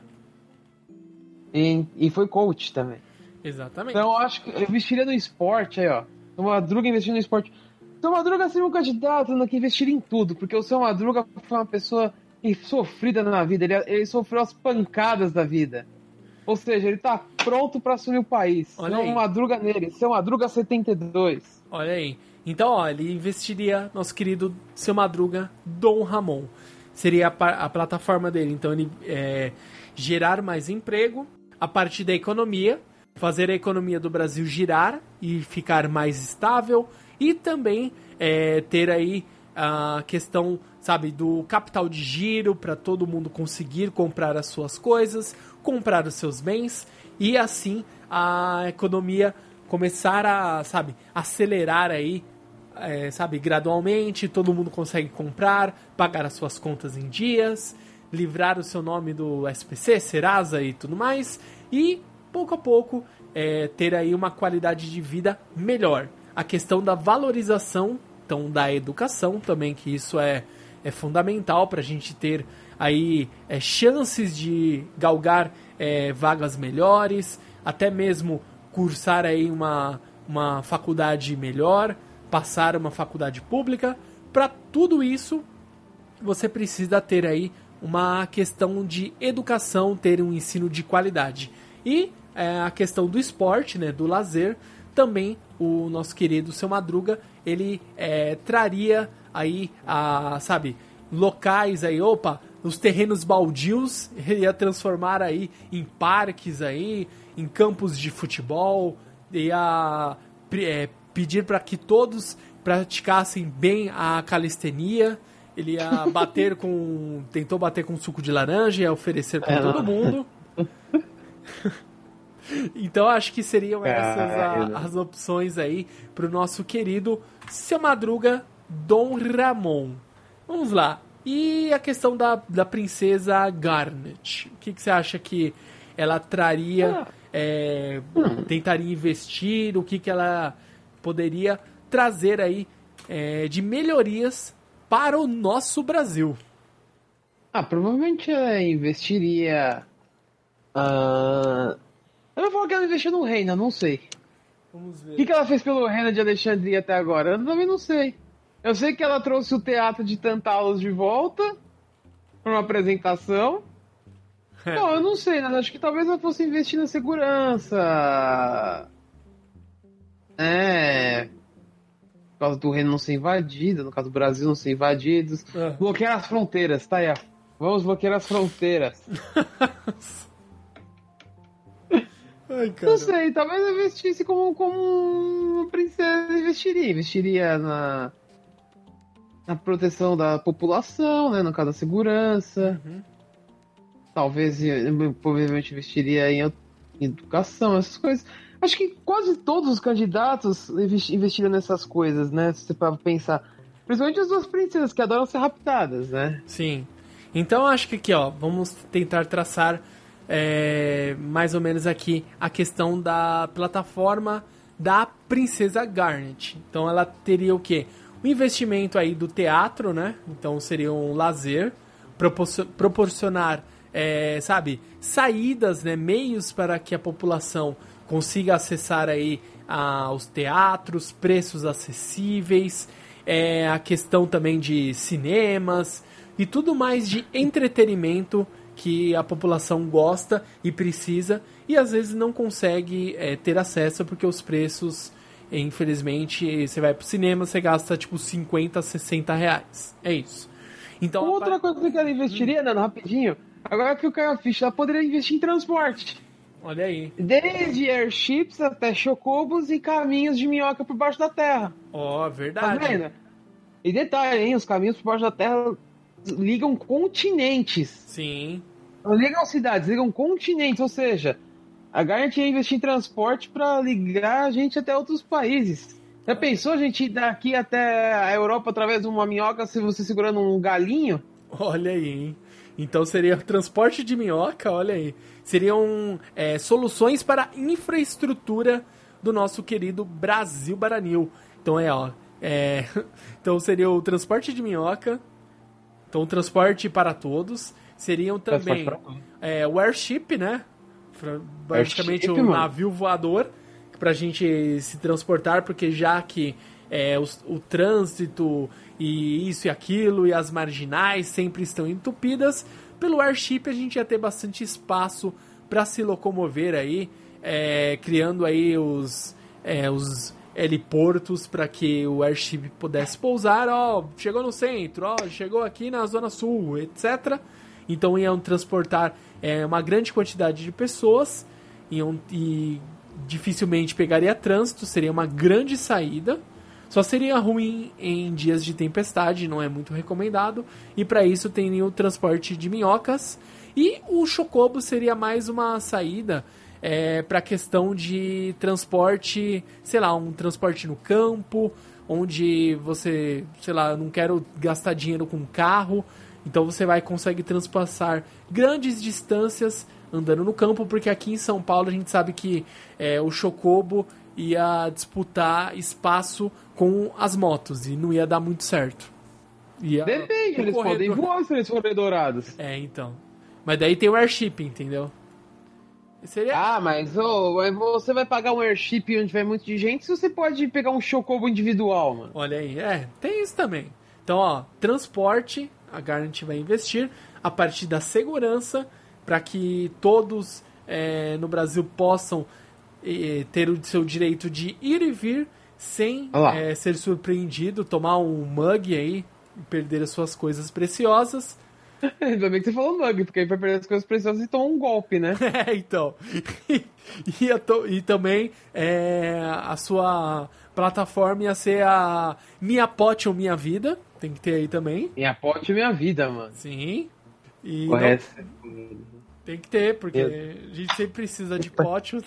E, e foi coach também. Exatamente. Então eu acho que eu investiria no esporte aí, ó. Seu Madruga investindo no esporte. Seu Madruga seria um candidato que investiria em tudo, porque o seu Madruga foi uma pessoa sofrida na vida, ele, ele sofreu as pancadas da vida. Ou seja, ele tá pronto pra assumir o país. Olha seu aí. Madruga nele, seu Madruga setenta e dois. Olha aí. Então, ó, ele investiria, nosso querido seu Madruga, Dom Ramon. Seria a, a plataforma dele. Então, ele é, gerar mais emprego a partir da economia, fazer a economia do Brasil girar e ficar mais estável, e também é, ter aí a questão, sabe, do capital de giro para todo mundo conseguir comprar as suas coisas, comprar os seus bens, e assim a economia começar a, sabe, acelerar aí, é, sabe, gradualmente, todo mundo consegue comprar, pagar as suas contas em dias, livrar o seu nome do S P C, Serasa e tudo mais, e pouco a pouco é, ter aí uma qualidade de vida melhor. A questão da valorização, então, da educação também, que isso é, é fundamental para a gente ter aí é, chances de galgar é, vagas melhores, até mesmo cursar aí uma, uma faculdade melhor, passar uma faculdade pública. Para tudo isso, você precisa ter aí uma questão de educação, ter um ensino de qualidade. E é, a questão do esporte, né, do lazer, também o nosso querido seu Madruga, ele é, traria aí, a, sabe, locais aí, opa, os terrenos baldios, ele ia transformar aí em parques aí, em campos de futebol, ia é, pedir para que todos praticassem bem a calistenia, ele ia bater com, tentou bater com suco de laranja, ia oferecer para é, todo mundo. Então acho que seriam essas a, as opções aí pro nosso querido seu Madruga Dom Ramon. Vamos lá. E a questão da, da princesa Garnet. O que, que você acha que ela traria, é, tentaria investir, o que, que ela poderia trazer aí é, de melhorias para o nosso Brasil? Ah, provavelmente ela investiria... Uh... Eu não falo que ela investiu no Reina, não sei. Vamos ver. O que, que ela fez pelo Reina de Alexandria até agora? Eu também não sei. Eu sei que ela trouxe o teatro de Tantalos de volta para uma apresentação. É. Não, eu não sei, né? Acho que talvez ela fosse investir na segurança. É. Por causa do Reino não ser invadido, no caso do Brasil não ser invadido. É. Bloquear as fronteiras, tá aí, ó. Vamos bloquear as fronteiras. Ai, não sei, talvez eu investisse como, como uma princesa investiria. Investiria na, na proteção da população, né? No caso da segurança. Uhum. Talvez, provavelmente, investiria em, em educação, essas coisas. Acho que quase todos os candidatos investiram nessas coisas, né? Se você para pensar. Principalmente as duas princesas que adoram ser raptadas, né? Sim. Então, acho que aqui, ó, vamos tentar traçar... É, mais ou menos aqui a questão da plataforma da princesa Garnet. Então ela teria o quê? O investimento aí do teatro, né? Então seria um lazer, propor- proporcionar, é, sabe, saídas, né? Meios para que a população consiga acessar aí aos teatros, preços acessíveis, é, a questão também de cinemas e tudo mais de entretenimento que a população gosta e precisa e às vezes não consegue é, ter acesso porque os preços, infelizmente, você vai pro cinema, você gasta tipo cinquenta, sessenta reais. É isso. Então, outra coisa que ela investiria, hum. Nando, rapidinho, agora que eu caio a ficha, ela poderia investir em transporte. Olha aí. Desde airships até chocobos e caminhos de minhoca por baixo da terra. Ó, oh, verdade. Tá vendo? E detalhe, hein, os caminhos por baixo da terra ligam continentes. Sim. Não ligam cidades, ligam continentes, ou seja, a Garnet ia investir em transporte para ligar a gente até outros países. Já pensou a gente ir daqui até a Europa através de uma minhoca se você segurando um galinho? Olha aí, hein? Então seria transporte de minhoca, olha aí. Seriam é, soluções para a infraestrutura do nosso querido Brasil Baranil. Então é, ó. É, então seria o transporte de minhoca. Então o transporte para todos. Seriam também é, o airship, né? Basicamente um navio voador pra gente se transportar, porque já que é, o, o trânsito e isso e aquilo e as marginais sempre estão entupidas, pelo airship a gente ia ter bastante espaço para se locomover aí, é, criando aí os, é, os heliportos para que o airship pudesse pousar, ó, chegou no centro, ó, chegou aqui na zona sul, etcétera. Então iam transportar é, uma grande quantidade de pessoas iam, e dificilmente pegaria trânsito, seria uma grande saída. Só seria ruim em dias de tempestade, não é muito recomendado. E para isso tem o transporte de minhocas. E o Chocobo seria mais uma saída é, para a questão de transporte, sei lá, um transporte no campo, onde você, sei lá, não quero gastar dinheiro com carro. Então você vai conseguir transpassar grandes distâncias andando no campo, porque aqui em São Paulo a gente sabe que é, o Chocobo ia disputar espaço com as motos e não ia dar muito certo. Ia Depende, eles podem voar se eles forem dourados. É, então. Mas daí tem o airship, entendeu? Seria... Ah, mas oh, você vai pagar um airship onde vai muito de gente, se você pode pegar um Chocobo individual, mano. Olha aí, é, tem isso também. Então, ó, transporte, a Garnet vai investir a partir da segurança para que todos é, no Brasil possam é, ter o seu direito de ir e vir sem é, ser surpreendido, tomar um mug aí e perder as suas coisas preciosas. Ainda bem que você falou mug, porque aí vai perder as coisas preciosas e tomar um golpe, né? É, então. E, e, to, e também é, a sua plataforma ia ser a Minha Pote ou Minha Vida. Tem que ter aí também. Minha Pote ou Minha Vida, mano. Sim. E Correto. Não, tem que ter, porque Eu... a gente sempre precisa de pote.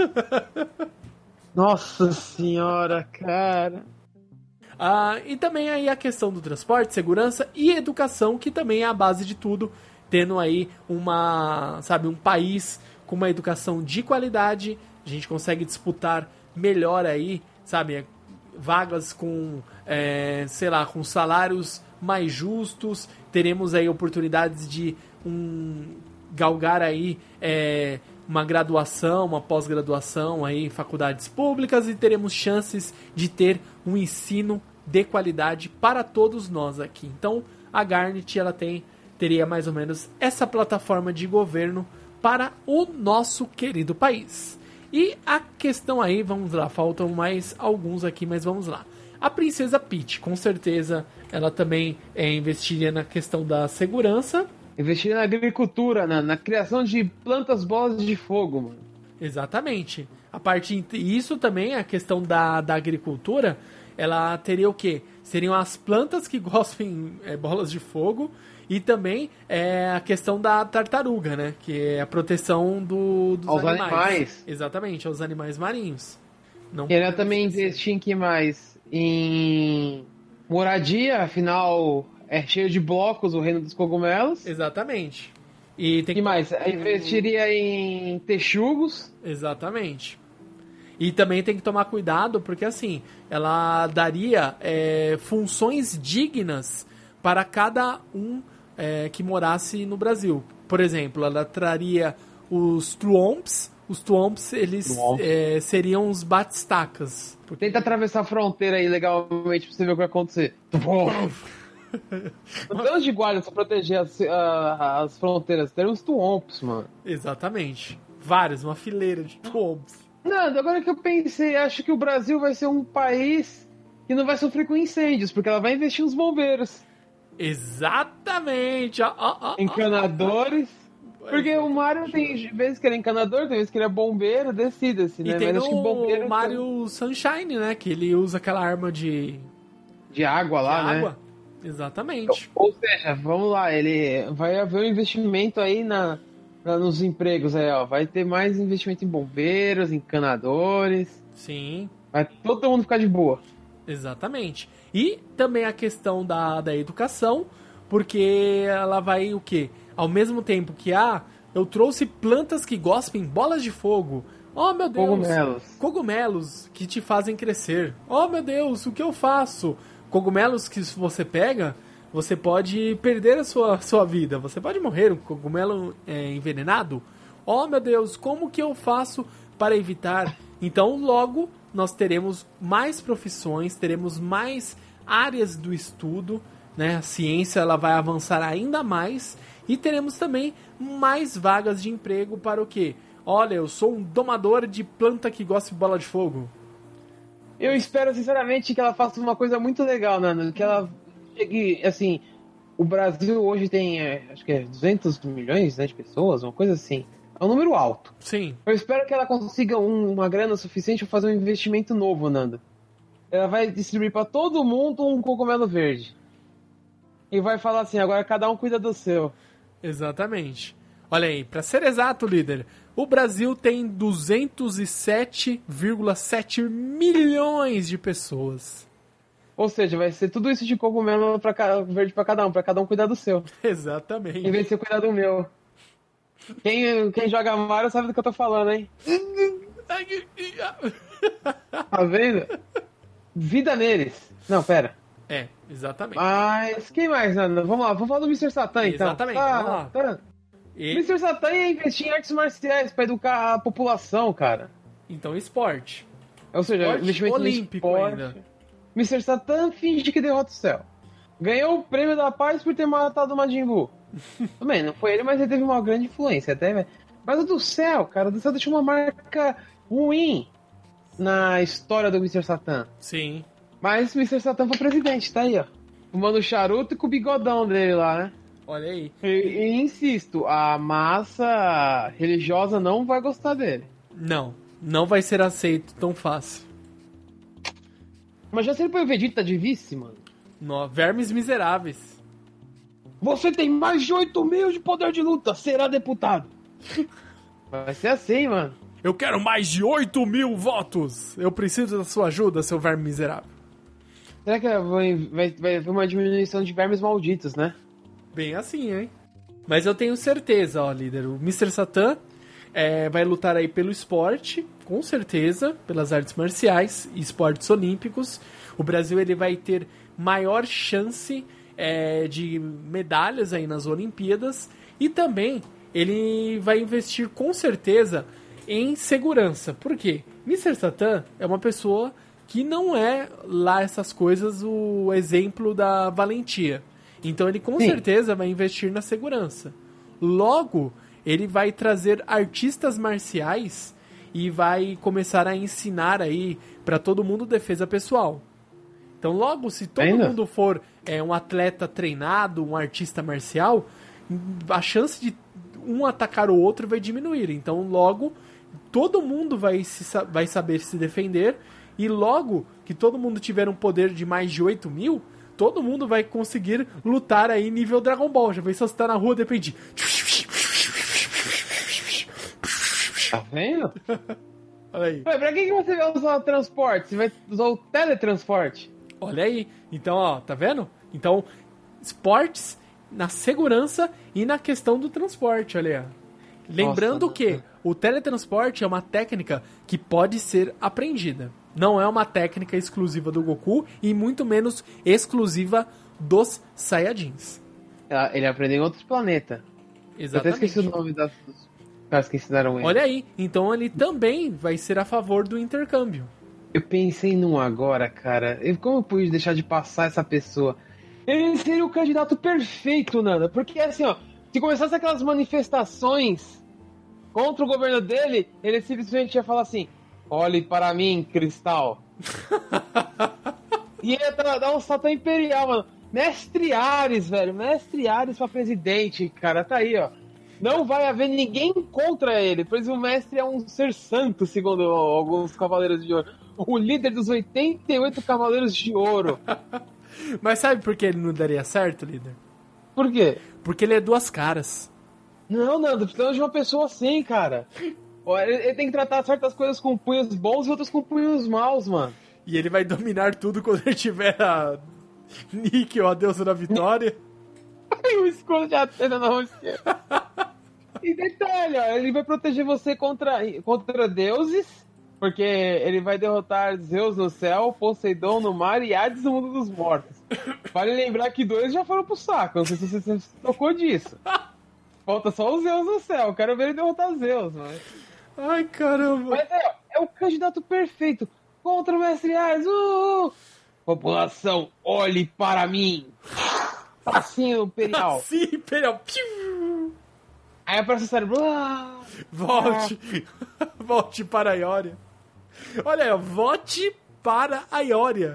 Nossa senhora, cara. Ah, e também aí a questão do transporte, segurança e educação, que também é a base de tudo, tendo aí uma, sabe, um país com uma educação de qualidade, a gente consegue disputar melhor aí, sabe, vagas com, é, sei lá, com salários mais justos, teremos aí oportunidades de um, galgar aí é, uma graduação, uma pós-graduação aí em faculdades públicas e teremos chances de ter um ensino de qualidade para todos nós aqui. Então, a Garnet, ela tem, teria mais ou menos essa plataforma de governo para o nosso querido país. E a questão aí, vamos lá, faltam mais alguns aqui, mas vamos lá. A Princesa Peach, com certeza, ela também é, investiria na questão da segurança. Investiria na agricultura, na, na criação de plantas bolas de fogo, mano. Exatamente. A parte, isso também, a questão da, da agricultura, ela teria o quê? Seriam as plantas que gospem é, bolas de fogo e também é, a questão da tartaruga, né? Que é a proteção do, dos aos animais. animais. Exatamente, aos animais marinhos. Não Queria também investir em que mais? Em moradia, afinal é cheio de blocos o reino dos cogumelos. Exatamente. E tem que mais? Investiria em texugos. Exatamente. E também tem que tomar cuidado, porque assim, ela daria é, funções dignas para cada um é, que morasse no Brasil. Por exemplo, ela traria os Twomps. Os Twomps, eles é, seriam os batistacas. Porque... Tenta atravessar a fronteira aí legalmente pra você ver o que vai acontecer. Não de guarda pra proteger as, uh, as fronteiras. Tem uns Twomps, mano. Exatamente. Vários, uma fileira de Twomps. Não, agora que eu pensei, acho que o Brasil vai ser um país que não vai sofrer com incêndios, porque ela vai investir nos bombeiros. Exatamente. Oh, oh, oh, encanadores. Oh, oh. Porque o Mario tem vezes que ele é encanador, tem vezes que ele é bombeiro, decida-se, né? E tem Mas acho que bombeiro o Mario tem... Sunshine, né? Que ele usa aquela arma de... De água lá, de né? Água. Exatamente. Ou seja, vamos lá, ele vai haver um investimento aí na, na, nos empregos aí, ó. Vai ter mais investimento em bombeiros, encanadores. Sim. Vai todo mundo ficar de boa. Exatamente. E também a questão da, da educação, porque ela vai o quê? Ao mesmo tempo que, ah, eu trouxe plantas que gospem bolas de fogo. Oh, meu Deus. Cogumelos. Cogumelos que te fazem crescer. Oh, meu Deus, o que eu faço? Cogumelos que se você pega, você pode perder a sua, sua vida. Você pode morrer, um cogumelo é, envenenado. Oh, meu Deus, como que eu faço para evitar? Então, logo, nós teremos mais profissões, teremos mais áreas do estudo, né? A ciência ela vai avançar ainda mais e teremos também mais vagas de emprego para o quê? Olha, eu sou um domador de planta que gosta de bola de fogo. Eu espero, sinceramente, que ela faça uma coisa muito legal, Nando. Que ela chegue, assim... O Brasil hoje tem, é, acho que é duzentos milhões, né, de pessoas, uma coisa assim. É um número alto. Sim. Eu espero que ela consiga um, uma grana suficiente para fazer um investimento novo, Nando. Ela vai distribuir para todo mundo um cogumelo verde. E vai falar assim, agora cada um cuida do seu. Exatamente. Olha aí, para ser exato, líder, o Brasil tem duzentos e sete vírgula sete milhões de pessoas. Ou seja, vai ser tudo isso de cogumelo pra, verde para cada um, para cada um cuidar do seu. Exatamente. Em vez de você cuidar do meu. Quem, quem joga Mario sabe do que eu tô falando, hein? Tá vendo? Vida neles. Não, pera. É, exatamente. Mas quem mais, Nando? Vamos lá, vamos falar do mister Satan, então. Exatamente, tá, vamos lá. Tá. E... mister Satan ia investir em artes marciais pra educar a população, cara. Então, esporte. Ou seja, Esporte investimento olímpico no esporte. ainda. mister Satan finge que derrota o céu. Ganhou o prêmio da paz por ter matado o Majin Buu. Tudo bem, não foi ele, mas ele teve uma grande influência. Até... Mas o do céu, cara, o do céu deixou uma marca ruim na história do mister Satan. Sim. Mas mister Satan foi presidente, tá aí, ó. Fumando charuto e com o bigodão dele lá, né? Olha aí. E, e insisto, a massa religiosa não vai gostar dele. Não, não vai ser aceito tão fácil. Mas já se ele põe o Vegeta de vice, mano. No, vermes miseráveis. Você tem mais de oito mil de poder de luta, será deputado. Vai ser assim, mano. Eu quero mais de oito mil votos. Eu preciso da sua ajuda, seu verme miserável. Será que vai, vai, vai haver uma diminuição de vermes malditos, né? Bem assim, hein? Mas eu tenho certeza, ó, líder. O mister Satan é, vai lutar aí pelo esporte, com certeza, pelas artes marciais e esportes olímpicos. O Brasil ele vai ter maior chance é, de medalhas aí nas Olimpíadas. E também ele vai investir com certeza em segurança. Por quê? mister Satan é uma pessoa que não é lá essas coisas o exemplo da valentia. Então ele com Sim. certeza vai investir na segurança. Logo, ele vai trazer artistas marciais e vai começar a ensinar aí para todo mundo defesa pessoal. Então logo, se todo Ainda? mundo for é, um atleta treinado, um artista marcial, a chance de um atacar o outro vai diminuir. Então logo, todo mundo vai, se, vai saber se defender e logo que todo mundo tiver um poder de mais de oito mil, todo mundo vai conseguir lutar aí nível Dragon Ball. Já pensou, você tá na rua, depende. Tá vendo? Olha aí. Ué, pra que que você vai usar o transporte? Você vai usar o teletransporte? Olha aí. Então, ó, tá vendo? Então, esportes na segurança e na questão do transporte, olha aí. Lembrando Nossa, que o teletransporte é uma técnica que pode ser aprendida. Não é uma técnica exclusiva do Goku e muito menos exclusiva dos Saiyajins. Ele aprendeu em outros planetas. Exatamente. Eu até esqueci o nome das caras que ensinaram ele. Olha aí, então ele também vai ser a favor do intercâmbio. Eu pensei num agora, cara. Eu, como eu pude deixar de passar essa pessoa? Ele seria o candidato perfeito, Nanda. Porque assim, ó, se começasse aquelas manifestações contra o governo dele, ele simplesmente ia falar assim: olhe para mim, Cristal. E ia dar um salto imperial, mano. Mestre Ares, velho. Mestre Ares pra presidente, cara. Tá aí, ó. Não vai haver ninguém contra ele, pois o mestre é um ser santo, segundo alguns Cavaleiros de Ouro. O líder dos oitenta e oito Cavaleiros de Ouro. Mas sabe por que ele não daria certo, líder? Por quê? Porque ele é duas caras. Não, Nando, precisamos de uma pessoa assim, cara. Ele, ele tem que tratar certas coisas com punhos bons e outras com punhos maus, mano. E ele vai dominar tudo quando ele tiver a Nick ou a deusa da vitória. O escudo de Atena na mão esquerda. E detalhe, ó, ele vai proteger você contra, contra deuses, porque ele vai derrotar Zeus no céu, Poseidon no mar e Hades no mundo dos mortos. Vale lembrar que dois já foram pro saco, não sei se você se tocou disso. Falta só o Zeus no céu, quero ver ele derrotar Zeus, mano. Ai, caramba. Mas é, é o candidato perfeito contra o Mestre Ares. Uh, uh. População, olhe para mim. Passinho imperial. Sim, imperial. Piu. Aí aparece o cérebro. Ah, volte. Ah. Volte para a Ioria. Olha aí, ó, vote para a Ioria.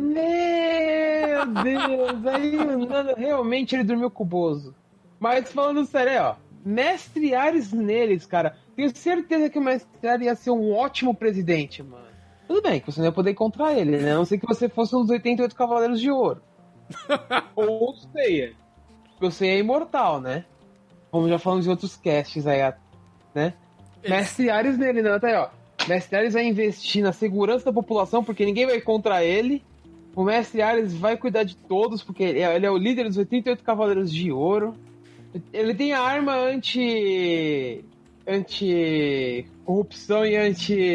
Meu Deus, aí mano, realmente ele dormiu com o Bozo. Mas falando sério, ó, Mestre Ares neles, cara. Tenho certeza que o Mestre Ares ia ser um ótimo presidente, mano. Tudo bem que você não ia poder encontrar ele, né? A não ser que você fosse um dos oitenta e oito Cavaleiros de Ouro. Ou o Seiya. Porque o Seiya é imortal, né? Como já falamos em outros casts aí, né? Ele... Mestre Ares nele, né? Tá aí, ó. Mestre Ares vai investir na segurança da população, porque ninguém vai contra ele. O Mestre Ares vai cuidar de todos, porque ele é o líder dos oitenta e oito Cavaleiros de Ouro. Ele tem a arma anti... anti-corrupção e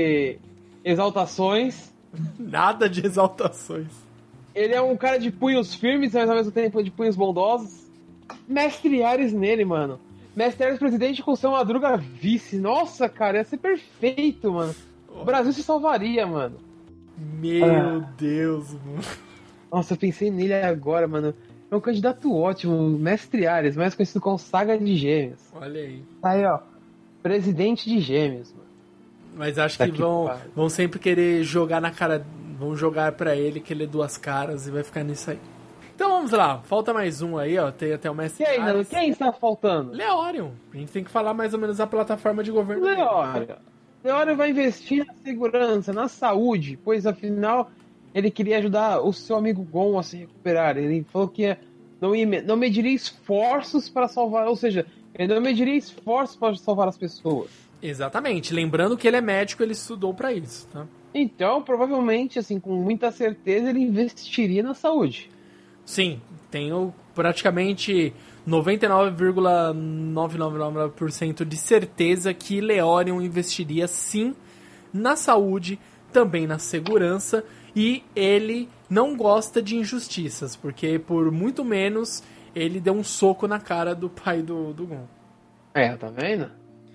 anti-exaltações. Nada de exaltações. Ele é um cara de punhos firmes, mas ao mesmo tempo de punhos bondosos. Mestre Ares nele, mano. Mestre Ares presidente com seu Madruga vice. Nossa, cara, ia ser perfeito, mano. O Brasil se salvaria, mano. Meu ah. Deus, mano. Nossa, eu pensei nele agora, mano. É um candidato ótimo, Mestre Ares, mais conhecido como Saga de Gêmeos. Olha aí. Tá aí, ó. Presidente de Gêmeos, mano. Mas acho que vão, vão sempre querer jogar na cara... Vão jogar pra ele que ele é duas caras e vai ficar nisso aí. Então vamos lá. Falta mais um aí, ó. Tem até o Mestre Ares. Quem, Ares. Quem está faltando? Leorion. A gente tem que falar mais ou menos a plataforma de governo. Leorion. Leorion vai investir na segurança, na saúde, pois afinal... Ele queria ajudar o seu amigo Gon a se recuperar. Ele falou que não, ia, não mediria esforços para salvar, ou seja, ele não mediria esforços para salvar as pessoas. Exatamente. Lembrando que ele é médico, ele estudou para isso, tá? Então, provavelmente, assim, com muita certeza, ele investiria na saúde. Sim, tenho praticamente noventa e nove vírgula novecentos e noventa e nove por cento de certeza que Leorion investiria sim na saúde, também na segurança. E ele não gosta de injustiças, porque por muito menos ele deu um soco na cara do pai do, do Gon. É, tá vendo?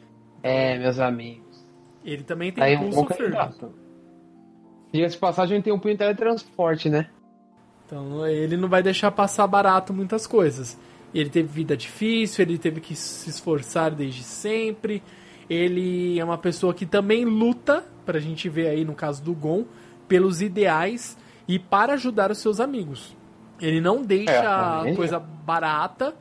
É, meus amigos. Ele também tem aí pulso um firme. Diga-se de passagem, ele tem um punho de teletransporte, né? Então ele não vai deixar passar barato muitas coisas. Ele teve vida difícil, ele teve que se esforçar desde sempre. Ele é uma pessoa que também luta, pra gente ver aí no caso do Gon, pelos ideais e para ajudar os seus amigos. Ele não deixa é, coisa barata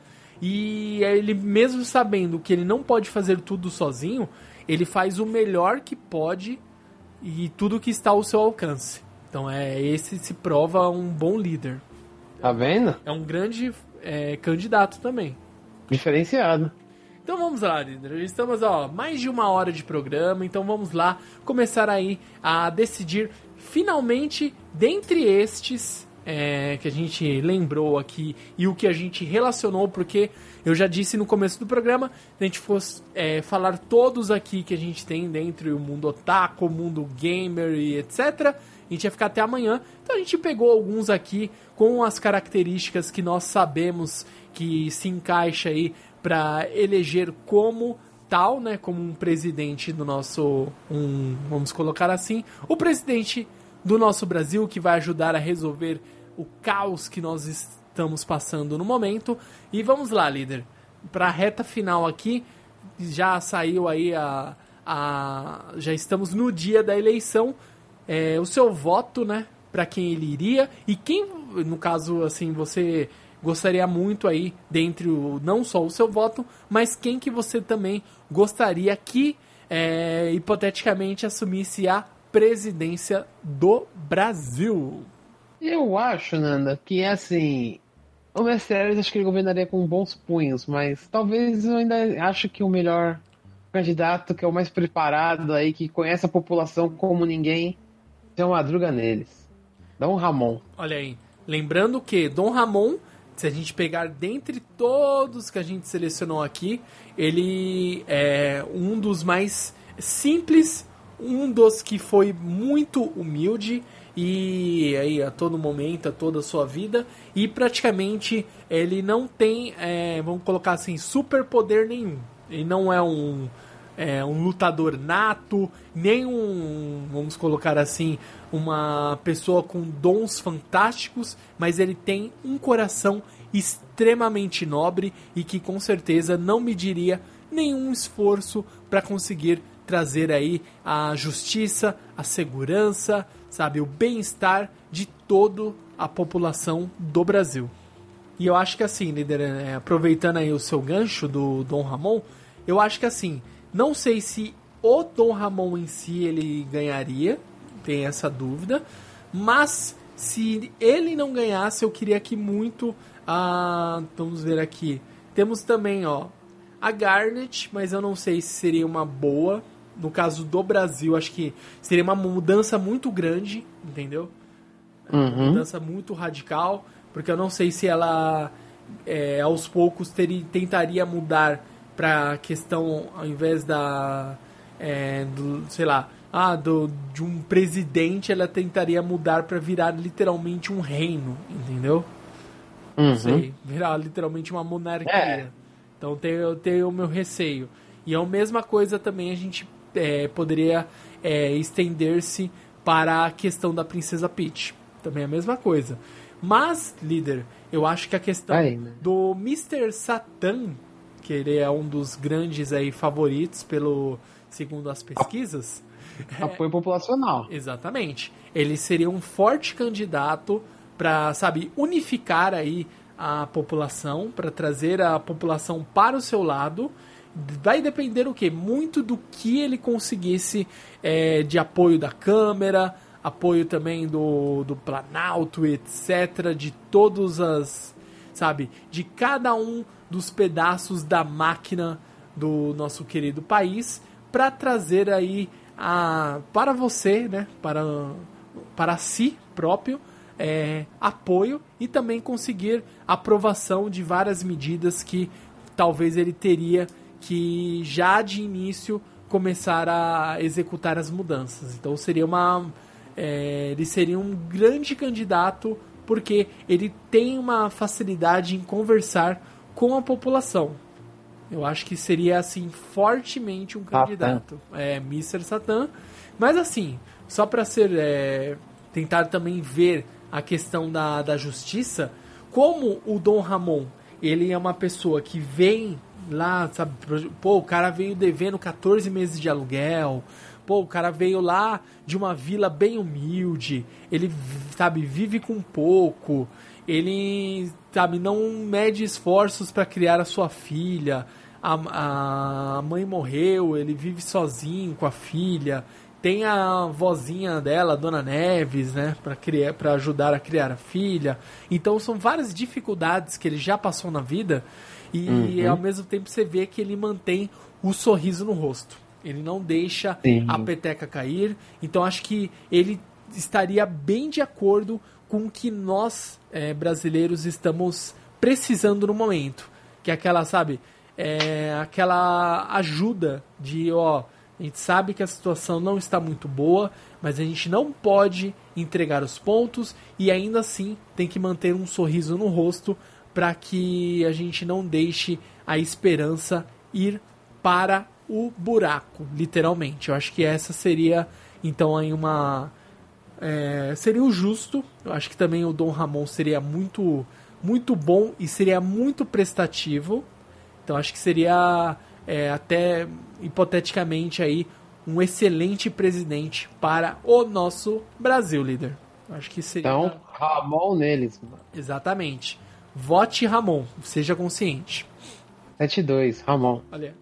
e ele, mesmo sabendo que ele não pode fazer tudo sozinho, ele faz o melhor que pode e tudo que está ao seu alcance. Então é esse se prova um bom líder. Tá vendo? É um grande é, candidato também. Diferenciado. Então vamos lá, líder. Estamos ó mais de uma hora de programa, então vamos lá começar aí a decidir finalmente, dentre estes é, que a gente lembrou aqui e o que a gente relacionou, porque eu já disse no começo do programa, se a gente fosse é, falar todos aqui que a gente tem dentro do mundo otaku, mundo gamer e etcétera, a gente ia ficar até amanhã. Então a gente pegou alguns aqui com as características que nós sabemos que se encaixa aí para eleger como tal, né, como um presidente do nosso, um, vamos colocar assim, o presidente do nosso Brasil, que vai ajudar a resolver o caos que nós estamos passando no momento. E vamos lá, líder, para a reta final aqui, já saiu aí a, a, já estamos no dia da eleição, é, o seu voto, né, para quem ele iria, e quem, no caso, assim, você gostaria muito aí, dentre o, não só o seu voto, mas quem que você também gostaria que, é, hipoteticamente, assumisse a presidência do Brasil? Eu acho, Nanda, que assim, o Meirelles acho que ele governaria com bons punhos, mas talvez eu ainda acho que o melhor candidato, que é o mais preparado aí, que conhece a população como ninguém, é o Madruga neles. Dom Ramon. Olha aí, lembrando que Dom Ramon, se a gente pegar dentre todos que a gente selecionou aqui, ele é um dos mais simples, um dos que foi muito humilde e aí a todo momento, a toda a sua vida, e praticamente ele não tem, é, vamos colocar assim, superpoder nenhum. Ele não é um, é, um lutador nato, nem um, vamos colocar assim, uma pessoa com dons fantásticos, mas ele tem um coração extremamente nobre e que com certeza não mediria nenhum esforço para conseguir trazer aí a justiça, a segurança, sabe, o bem-estar de toda a população do Brasil. E eu acho que assim, líder, é, aproveitando aí o seu gancho do Dom Ramon, eu acho que assim, não sei se o Dom Ramon em si ele ganharia, tem essa dúvida, mas se ele não ganhasse, eu queria que muito, ah, vamos ver aqui, temos também, ó, a Garnet, mas eu não sei se seria uma boa. No caso do Brasil, acho que seria uma mudança muito grande, entendeu? Uhum. Uma mudança muito radical, porque eu não sei se ela, é, aos poucos, teria, tentaria mudar para a questão, ao invés da, é, do, sei lá, ah, do, de um presidente, ela tentaria mudar para virar literalmente um reino, entendeu? Uhum. Não sei, virar literalmente uma monarquia. É. Então tem, eu tenho o meu receio. E é a mesma coisa também a gente é, poderia é, estender-se para a questão da Princesa Peach. Também é a mesma coisa. Mas, líder, eu acho que a questão Aí, né? do mister Satan, que ele é um dos grandes aí favoritos pelo segundo as pesquisas. Apoio populacional. Exatamente. Ele seria um forte candidato para, sabe, unificar aí a população, para trazer a população para o seu lado. Vai depender o quê? Muito do que ele conseguisse é, de apoio da Câmara, apoio também do, do Planalto, etcétera, de todas as, sabe, de cada um dos pedaços da máquina do nosso querido país, para trazer aí a, para você, né, para, para si próprio, é, apoio e também conseguir aprovação de várias medidas que talvez ele teria que já de início começar a executar as mudanças. Então seria uma, é, ele seria um grande candidato porque ele tem uma facilidade em conversar com a população. Eu acho que seria assim fortemente um candidato, é mister Satan. Mas assim, só para ser é, tentar também ver a questão da, da justiça, como o Dom Ramon, ele é uma pessoa que vem lá, sabe, pô, o cara veio devendo quatorze meses de aluguel, pô, o cara veio lá de uma vila bem humilde, ele, sabe, vive com pouco, ele, sabe, não mede esforços para criar a sua filha, a, a mãe morreu, ele vive sozinho com a filha, tem a vozinha dela, a Dona Neves, né, para criar, para ajudar a criar a filha. Então são várias dificuldades que ele já passou na vida e uhum. ao mesmo tempo você vê que ele mantém o sorriso no rosto. Ele não deixa Sim. a peteca cair. Então acho que ele estaria bem de acordo com o que nós é, brasileiros estamos precisando no momento, que é aquela, sabe, é, aquela ajuda de, ó, a gente sabe que a situação não está muito boa, mas a gente não pode entregar os pontos e ainda assim tem que manter um sorriso no rosto para que a gente não deixe a esperança ir para o buraco, literalmente. Eu acho que essa seria, então, aí uma... É, seria o justo. Eu acho que também o Dom Ramon seria muito, muito bom e seria muito prestativo. Então acho que seria... É, até hipoteticamente aí um excelente presidente para o nosso Brasil, líder. Acho que seria... Então, Ramon neles, mano. Exatamente. Vote Ramon, seja consciente. sete a dois, Ramon. Olha.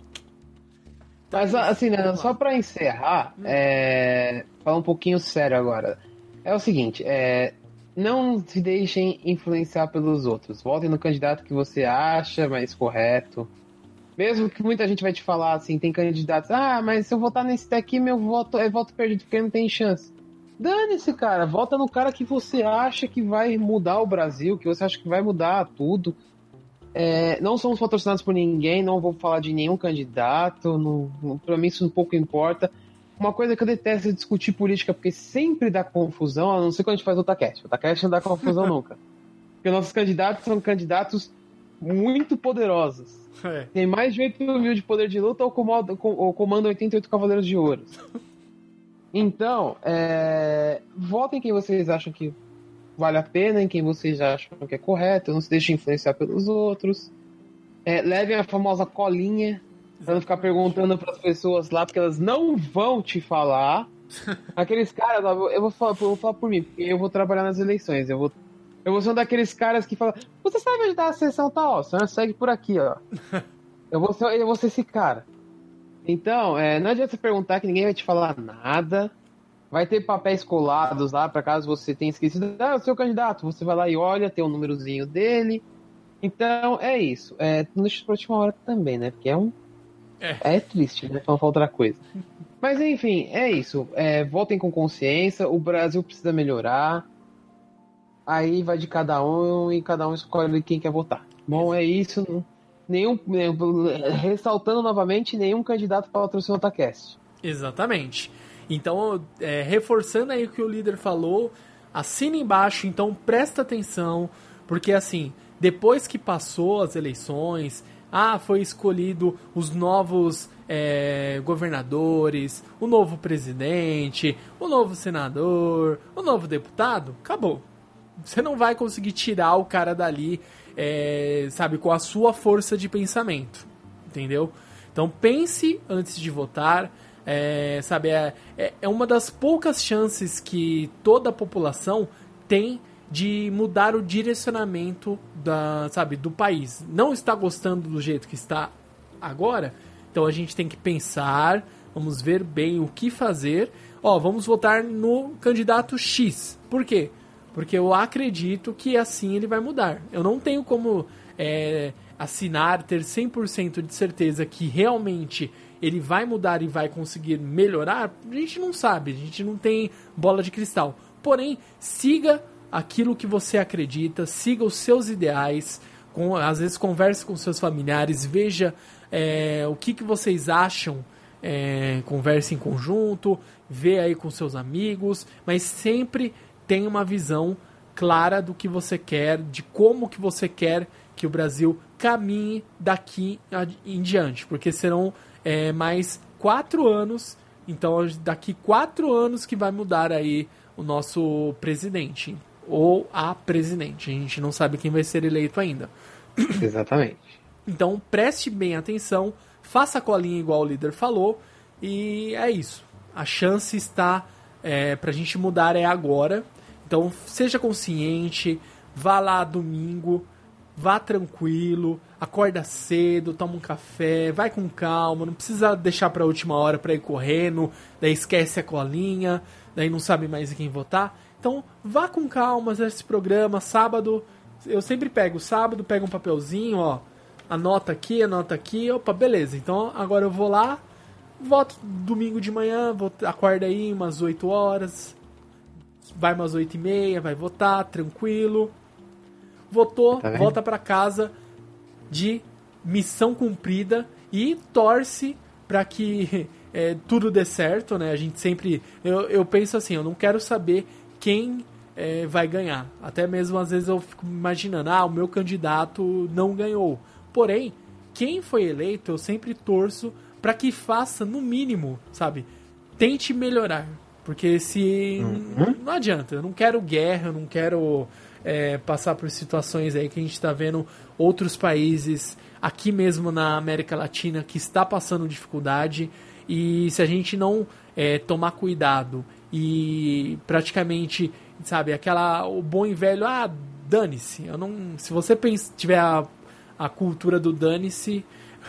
Mas assim, né, só para encerrar, hum. é... falar um pouquinho sério agora. É o seguinte, é... não se deixem influenciar pelos outros. Votem no candidato que você acha mais correto. Mesmo que muita gente vai te falar assim, tem candidatos, ah, mas se eu votar nesse daqui, meu voto é voto perdido, porque não tem chance. Dane-se, cara. Vota no cara que você acha que vai mudar o Brasil, que você acha que vai mudar tudo. É, não somos patrocinados por ninguém, não vou falar de nenhum candidato, não, pra mim isso um pouco importa. Uma coisa que eu detesto é discutir política, porque sempre dá confusão, a não ser quando a gente faz o Otacast. O Otacast não dá confusão nunca. Porque nossos candidatos são candidatos muito poderosos. É. Tem mais de oito mil de poder de luta ou comandam, ou comandam oitenta e oito cavaleiros de ouro. Então, é, votem quem vocês acham que vale a pena, em quem vocês acham que é correto, não se deixem influenciar pelos outros. É, levem a famosa colinha, pra não ficar perguntando pras pessoas lá, porque elas não vão te falar. Aqueles caras, eu vou falar, eu vou falar por mim, porque eu vou trabalhar nas eleições, eu vou, eu vou ser um daqueles caras que falam, você sabe onde tá a sessão tal, ó, senhor segue por aqui, ó. Eu vou ser, eu vou ser esse cara. Então, é, não adianta você perguntar que ninguém vai te falar nada. Vai ter papéis colados lá, para caso você tenha esquecido. Ah, o seu candidato. Você vai lá e olha, tem o um númerozinho dele. Então, é isso. É, não deixa pra última hora também, né? Porque é um... É, é triste, né? Pra não falar outra coisa. Mas, enfim, é isso. É, votem com consciência. O Brasil precisa melhorar. Aí vai de cada um e cada um escolhe quem quer votar. Bom, é isso. Nenhum, ressaltando novamente, nenhum candidato patrocina o Otacast. Exatamente. Então, é, reforçando aí o que o líder falou, assina embaixo, então presta atenção, porque assim, depois que passou as eleições, ah, foi escolhido os novos é, governadores, o novo presidente, o novo senador, o novo deputado, acabou. Você não vai conseguir tirar o cara dali, é, sabe, com a sua força de pensamento, entendeu? Então pense antes de votar, é, sabe, é, é uma das poucas chances que toda a população tem de mudar o direcionamento da, sabe, do país. Não está gostando do jeito que está agora, então a gente tem que pensar, vamos ver bem o que fazer. Ó, vamos votar no candidato X. Por quê? Porque eu acredito que assim ele vai mudar. Eu não tenho como é, assinar, ter cem por cento de certeza que realmente ele vai mudar e vai conseguir melhorar. A gente não sabe, a gente não tem bola de cristal. Porém, siga aquilo que você acredita, siga os seus ideais, com, às vezes converse com seus familiares, veja é, o que, que vocês acham, é, converse em conjunto, vê aí com seus amigos, mas sempre tenha uma visão clara do que você quer, de como que você quer que o Brasil caminhe daqui em diante, porque serão é, mais quatro anos, então daqui quatro anos que vai mudar aí o nosso presidente, ou a presidente, a gente não sabe quem vai ser eleito ainda. Exatamente. Então preste bem atenção, faça a colinha igual o líder falou, e é isso. A chance está é, pra gente mudar é agora. Então seja consciente, vá lá domingo, vá tranquilo, acorda cedo, toma um café, vai com calma, não precisa deixar pra última hora pra ir correndo, daí esquece a colinha, daí não sabe mais em quem votar. Então vá com calma esse programa, sábado, eu sempre pego sábado, pego um papelzinho, ó, anota aqui, anota aqui, opa, beleza, então agora eu vou lá, voto domingo de manhã, vou, acorda aí umas oito horas, vai umas oito e meia, vai votar, tranquilo, votou, tá, volta pra casa de missão cumprida e torce pra que é, tudo dê certo, né? A gente sempre, eu, eu penso assim, eu não quero saber quem é, vai ganhar, até mesmo às vezes eu fico imaginando, ah, o meu candidato não ganhou, porém, quem foi eleito eu sempre torço pra que faça no mínimo, sabe, tente melhorar. Porque se... Uhum. Não adianta, eu não quero guerra, eu não quero é, passar por situações aí que a gente está vendo outros países, aqui mesmo na América Latina, que está passando dificuldade, e se a gente não é, tomar cuidado e praticamente, sabe, aquela, o bom e velho, ah, dane-se, eu não, se você pensa, tiver a, a cultura do dane-se,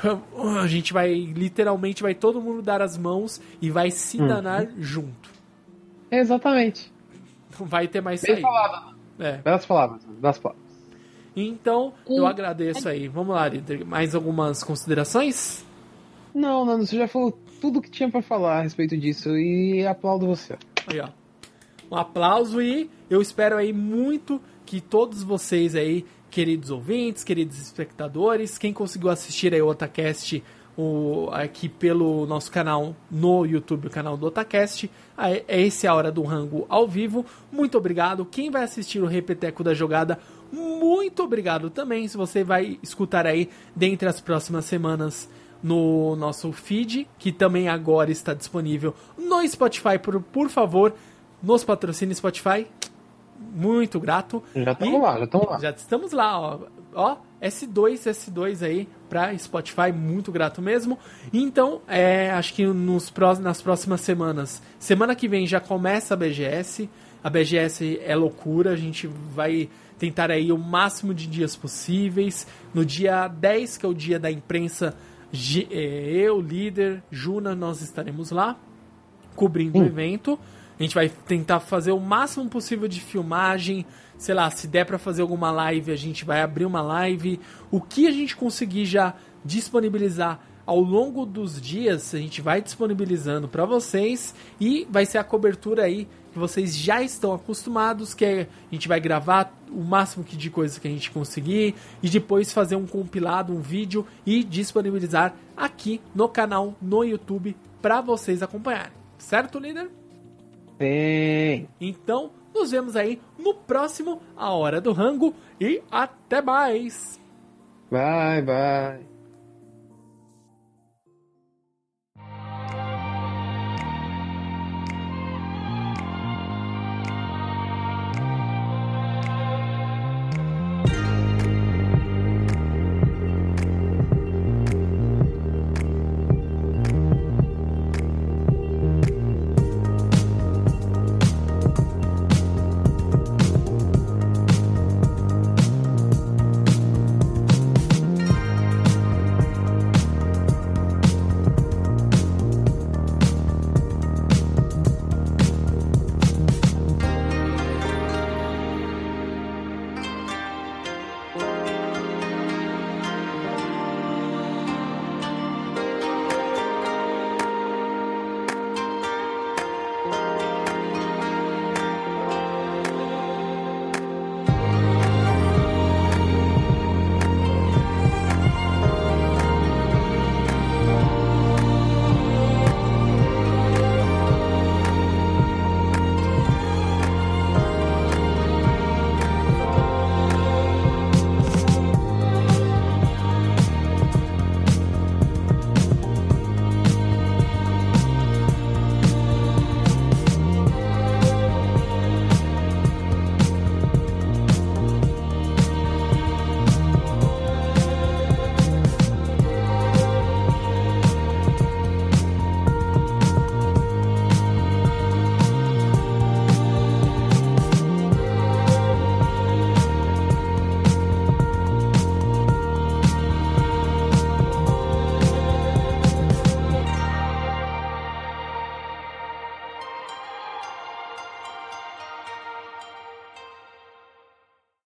a gente vai, literalmente, vai todo mundo dar as mãos e vai se danar uhum. junto. Exatamente. Não vai ter mais Bem saída. falado. É. Belas palavras, belas palavras. Então, eu agradeço aí. Vamos lá, líder. Mais algumas considerações? Não, Nando, você já falou tudo que tinha pra falar a respeito disso e aplaudo você. Aí, ó. Um aplauso e eu espero aí muito que todos vocês aí, queridos ouvintes, queridos espectadores, quem conseguiu assistir aí o Otacast o, aqui pelo nosso canal no YouTube, o canal do Otacast, é esse a Hora do Rango ao vivo. Muito obrigado. Quem vai assistir o Repeteco da Jogada, muito obrigado também. Se você vai escutar aí dentre as próximas semanas no nosso feed, que também agora está disponível no Spotify, por, por favor, nos patrocine Spotify. Muito grato. Já estamos lá, já estamos lá. Já estamos lá, ó. Ó, S dois, S dois aí pra Spotify, muito grato mesmo. Então, é, acho que nos pró- nas próximas semanas, semana que vem já começa a B G S. A B G S é loucura, a gente vai tentar aí o máximo de dias possíveis. No dia dez, que é o dia da imprensa, eu, líder, Juna, nós estaremos lá cobrindo hum. o evento. A gente vai tentar fazer o máximo possível de filmagem. Sei lá, se der pra fazer alguma live, a gente vai abrir uma live. O que a gente conseguir já disponibilizar ao longo dos dias, a gente vai disponibilizando pra vocês. E vai ser a cobertura aí que vocês já estão acostumados, que é, a gente vai gravar o máximo de coisas que a gente conseguir e depois fazer um compilado, um vídeo e disponibilizar aqui no canal, no YouTube, pra vocês acompanharem. Certo, líder? Sim. Então, nos vemos aí no próximo A Hora do Rango e até mais! Bye, bye.